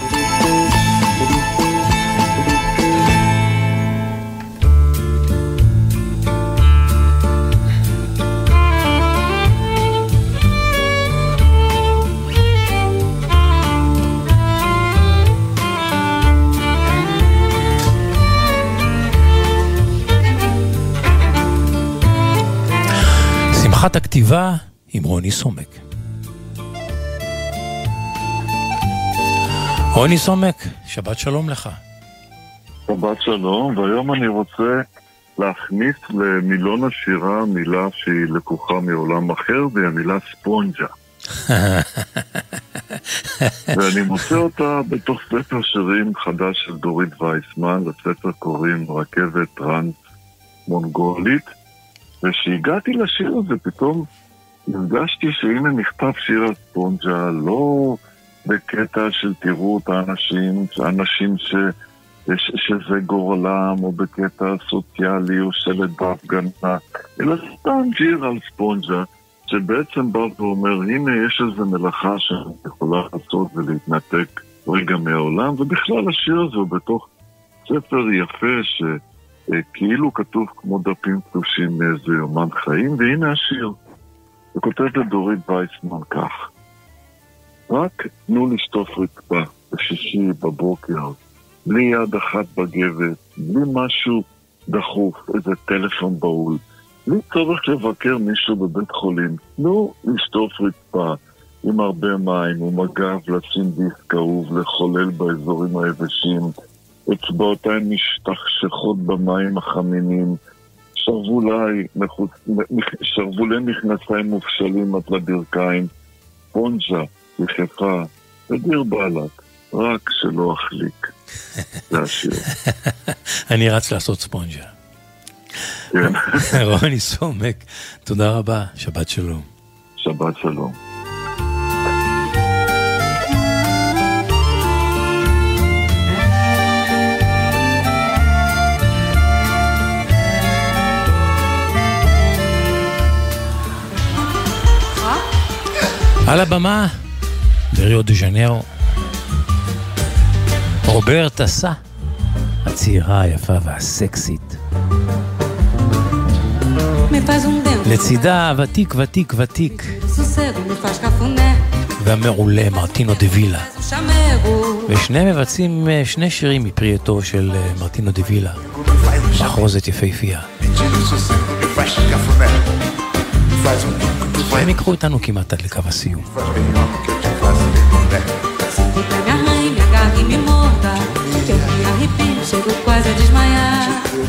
שמחת הכתיבה עם רוני סומק. רוני סומק, שבת שלום לך. שבת שלום, והיום אני רוצה להכניס למילון השירה מילה שהיא לקוחה מעולם אחר, והיא המילה ספונג'ה. ואני מוצא אותה בתוך ספר שירים חדש של דורית וייסמן, לספר קוראים רכבת טרנס מונגולית, ושהגעתי לשיר הזה פתאום הרגשתי שהנה נכתב שיר הספונג'ה, לא בקטע של תראו את האנשים שזה גורלם, או בקטע סוציאלי או שלט בהפגנה, אלא סתם שיר על ספונג'ה, שבעצם בא ואומר, הנה יש איזו מלאכה שאני יכולה לעשות ולהתנתק רגע מהעולם, ובכלל השיר הזה הוא בתוך ספר יפה שכאילו כתוב כמו דפים פתושים מאיזה יומן חיים, והנה השיר. וכותב לדורית וייסמן כך: רק תנו לשטוף רצפה בשישי בבוקר, בלי יד אחת בגבת, בלי משהו דחוף, איזה טלפון בעול, בלי צורך לבקר מישהו בבית חולים. תנו לשטוף רצפה עם הרבה מים ומגב, לשים דיסק אהוב, לחולל באזורים היבשים, אצבעותיי משתכשכות במים החמינים, שרבולי מכנסיים מופשלים עד לברכיים, ספונג'ה, יחפה, ודיר בלק, רק שלא אחליק. זה השיר. אני רץ לעשות ספונג'ה. כן. רוני סומק, תודה רבה, שבת שלום. שבת שלום. על הבמה, בריו דה ז'נרו, רוברטה סא, הצעירה היפה והסקסית. לצידה ותיק והמעולה מרטינו דה וילה, ושני מבצעים שני שירים מפרי של מרטינו דה וילה, מחרוזת יפהפייה. הם יקחו איתנו כמעט עד לקו הסיום. Minha mãe me agarra e me morda, que eu me arrepio, chego quase a desmaiar.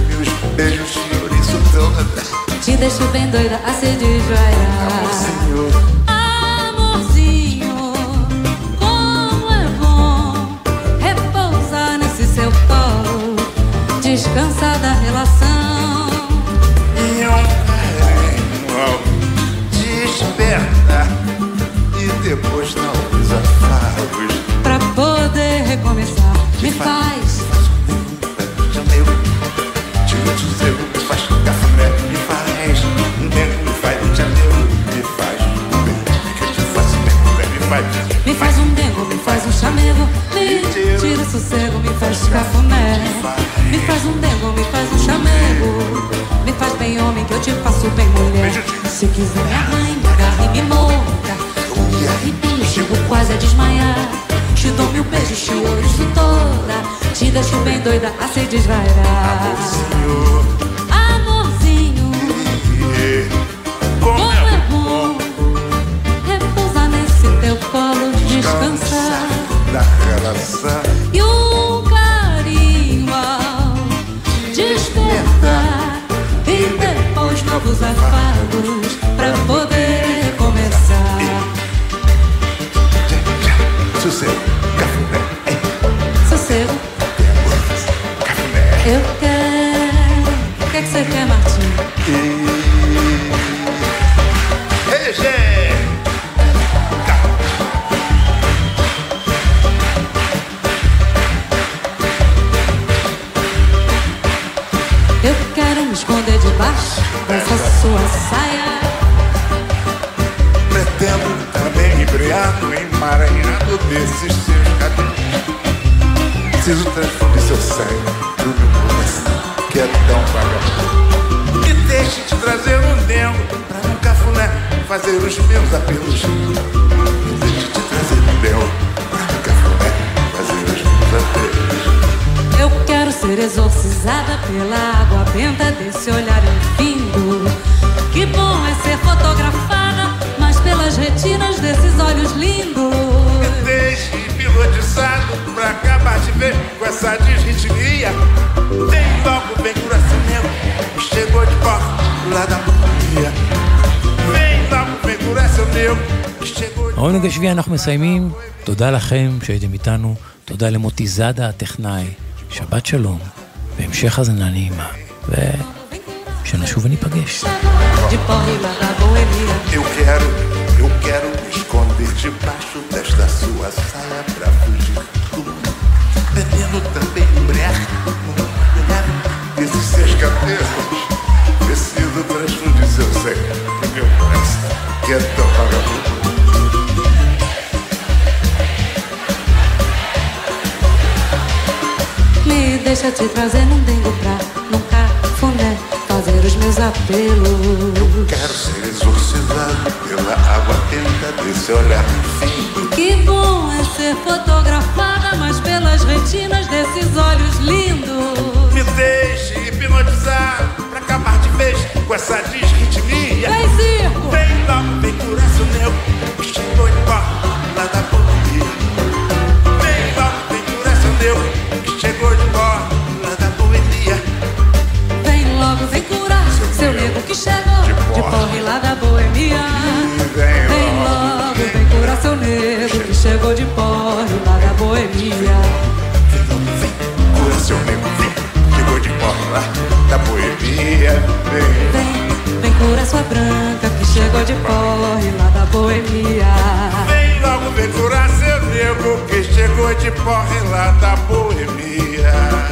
Te deixo bem doida a se desvaiar. Amorzinho, como é bom repousar nesse seu colo, descansar da relação. Desperta e depois não usa fardos pra poder recomeçar. Me faz me faz cafuné, me faz me faz janeiro, me faz me faz um dengo, me faz um chamego, me tira o sossego, me faz cafuné. Me faz um dengo, me faz um chamego, me faz bem homem que eu te faço bem mulher. Se quiser me arranha, me agarra e me morda, me arrepio, chego quase a desmaiar. Te dou mil beijos, te ouço toda, te deixo bem doida a se desvairar. Amorzinho, como é bom repousar nesse teu colo, descansar da relação. E um carinho ao despertar, e depois novos afagos pra poder começar. Sossego, cafuné, sossego, cafuné. Eu quero. O que é que você quer, Martinho? Ei, gente! dessa sua saia. Pretendo também embriado, emaranhado desses seus cabelos. Preciso transferir seu sangue pro meu coração, que é tão vagabundo. Me deixe te trazer um dengo pra um cafuné fazer os meus apelos. Me deixe te trazer um dengo pra um cafuné fazer os meus apelos. Eu quero ser exorcizada pela água benta desse olhar infindo. Que bom é ser fotografada, mas pelas retinas desses olhos lindos. Me deixe hipnotizado pra acabar de ver com essa desritmia. Vem logo, vem coração meu, chegou de porta lá da pandemia. Vem logo, vem coração meu, chegou de... העונג השביעי אנחנו מסיימים. תודה לכם שהייתם איתנו, תודה למוטי זאדה הטכנאי. שבת שלום, והמשך הזנה נעימה, ושנשוב וניפגש. Eu quero me esconder debaixo desta sua saia pra fugir do mundo. Bebendo também embriago, desses seus cabelos. Preciso transfundir seu sangue pro meu coração, que é tão vagabundo. Me deixa te trazer num dengo pra num cafuné fazer os meus apelos. Eu quero ser exorcizado pela água quente desse olhar infindo. Que bom é ser fotografada, mas pelas retinas desses olhos lindos. Me deixe hipnotizar pra acabar de vez com essa desritmia. Vem, circo! Vem logo, vem coração meu, que chegou de pó lá da pandemia. Vem logo, vem coração meu, que chegou de pó lá da boemia. Vem logo, vem curar seu nego que chegou de porre lá da boemia. Vem logo, vem curar seu nego que chegou de porre lá da boemia. Vem curar seu nego, chegou de porre lá da boemia. Vem curar sua branca que chegou de porre lá da boemia. Vem logo, vem curar seu nego que chegou de porre lá da boemia.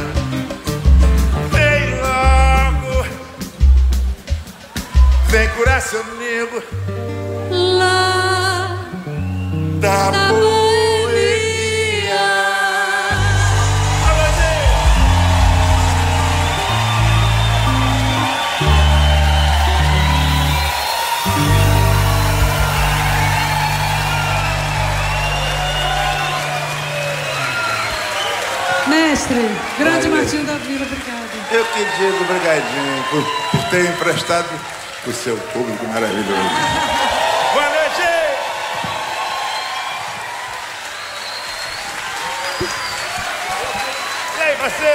Vem logo, vem curar seu nego lá da boemia. Mestre, grande Martinho da Vila, obrigado. Eu que digo obrigadinho por ter emprestado o seu público maravilhoso. Boa noite! E aí, você?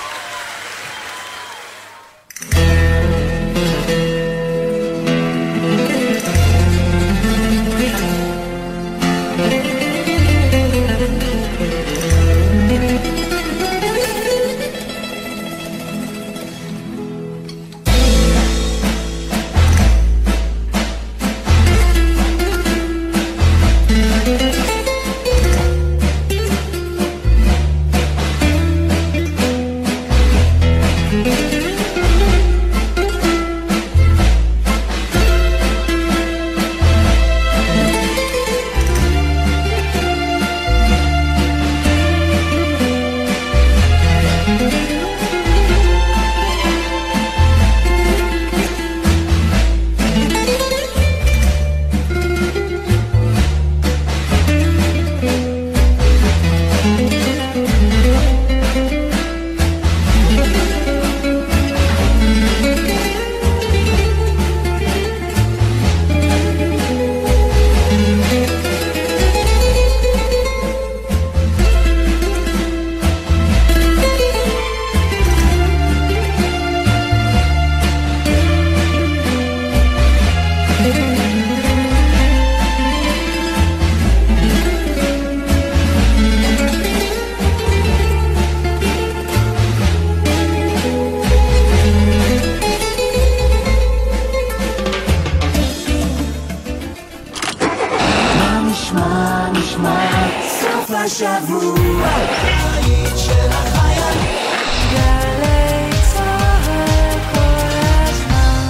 השבוע, היית של החיילים, גלי צהל כל הזמן.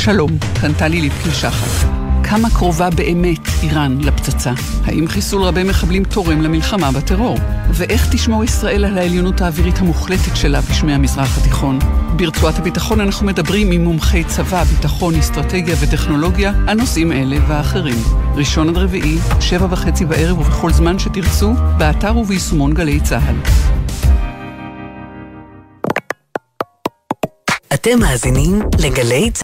שלום, קנתה לי ליפקין שחת. כמה קרובה באמת איראן לפצצה? האם חיסול רבי מחבלים תורם למלחמה בטרור? ואיך תשמור ישראל על העליונות האווירית המוחלטת שלה בשמי המזרח התיכון? ברצועת הביטחון אנחנו מדברים עם מומחי צבא, ביטחון, אסטרטגיה וטכנולוגיה על נושאים אלה ואחרים. ראשון עד רביעי, 7:30 בערב ובכל זמן שתרצו, באתר וביישומון גלי צהל. אתם מאזינים לגלי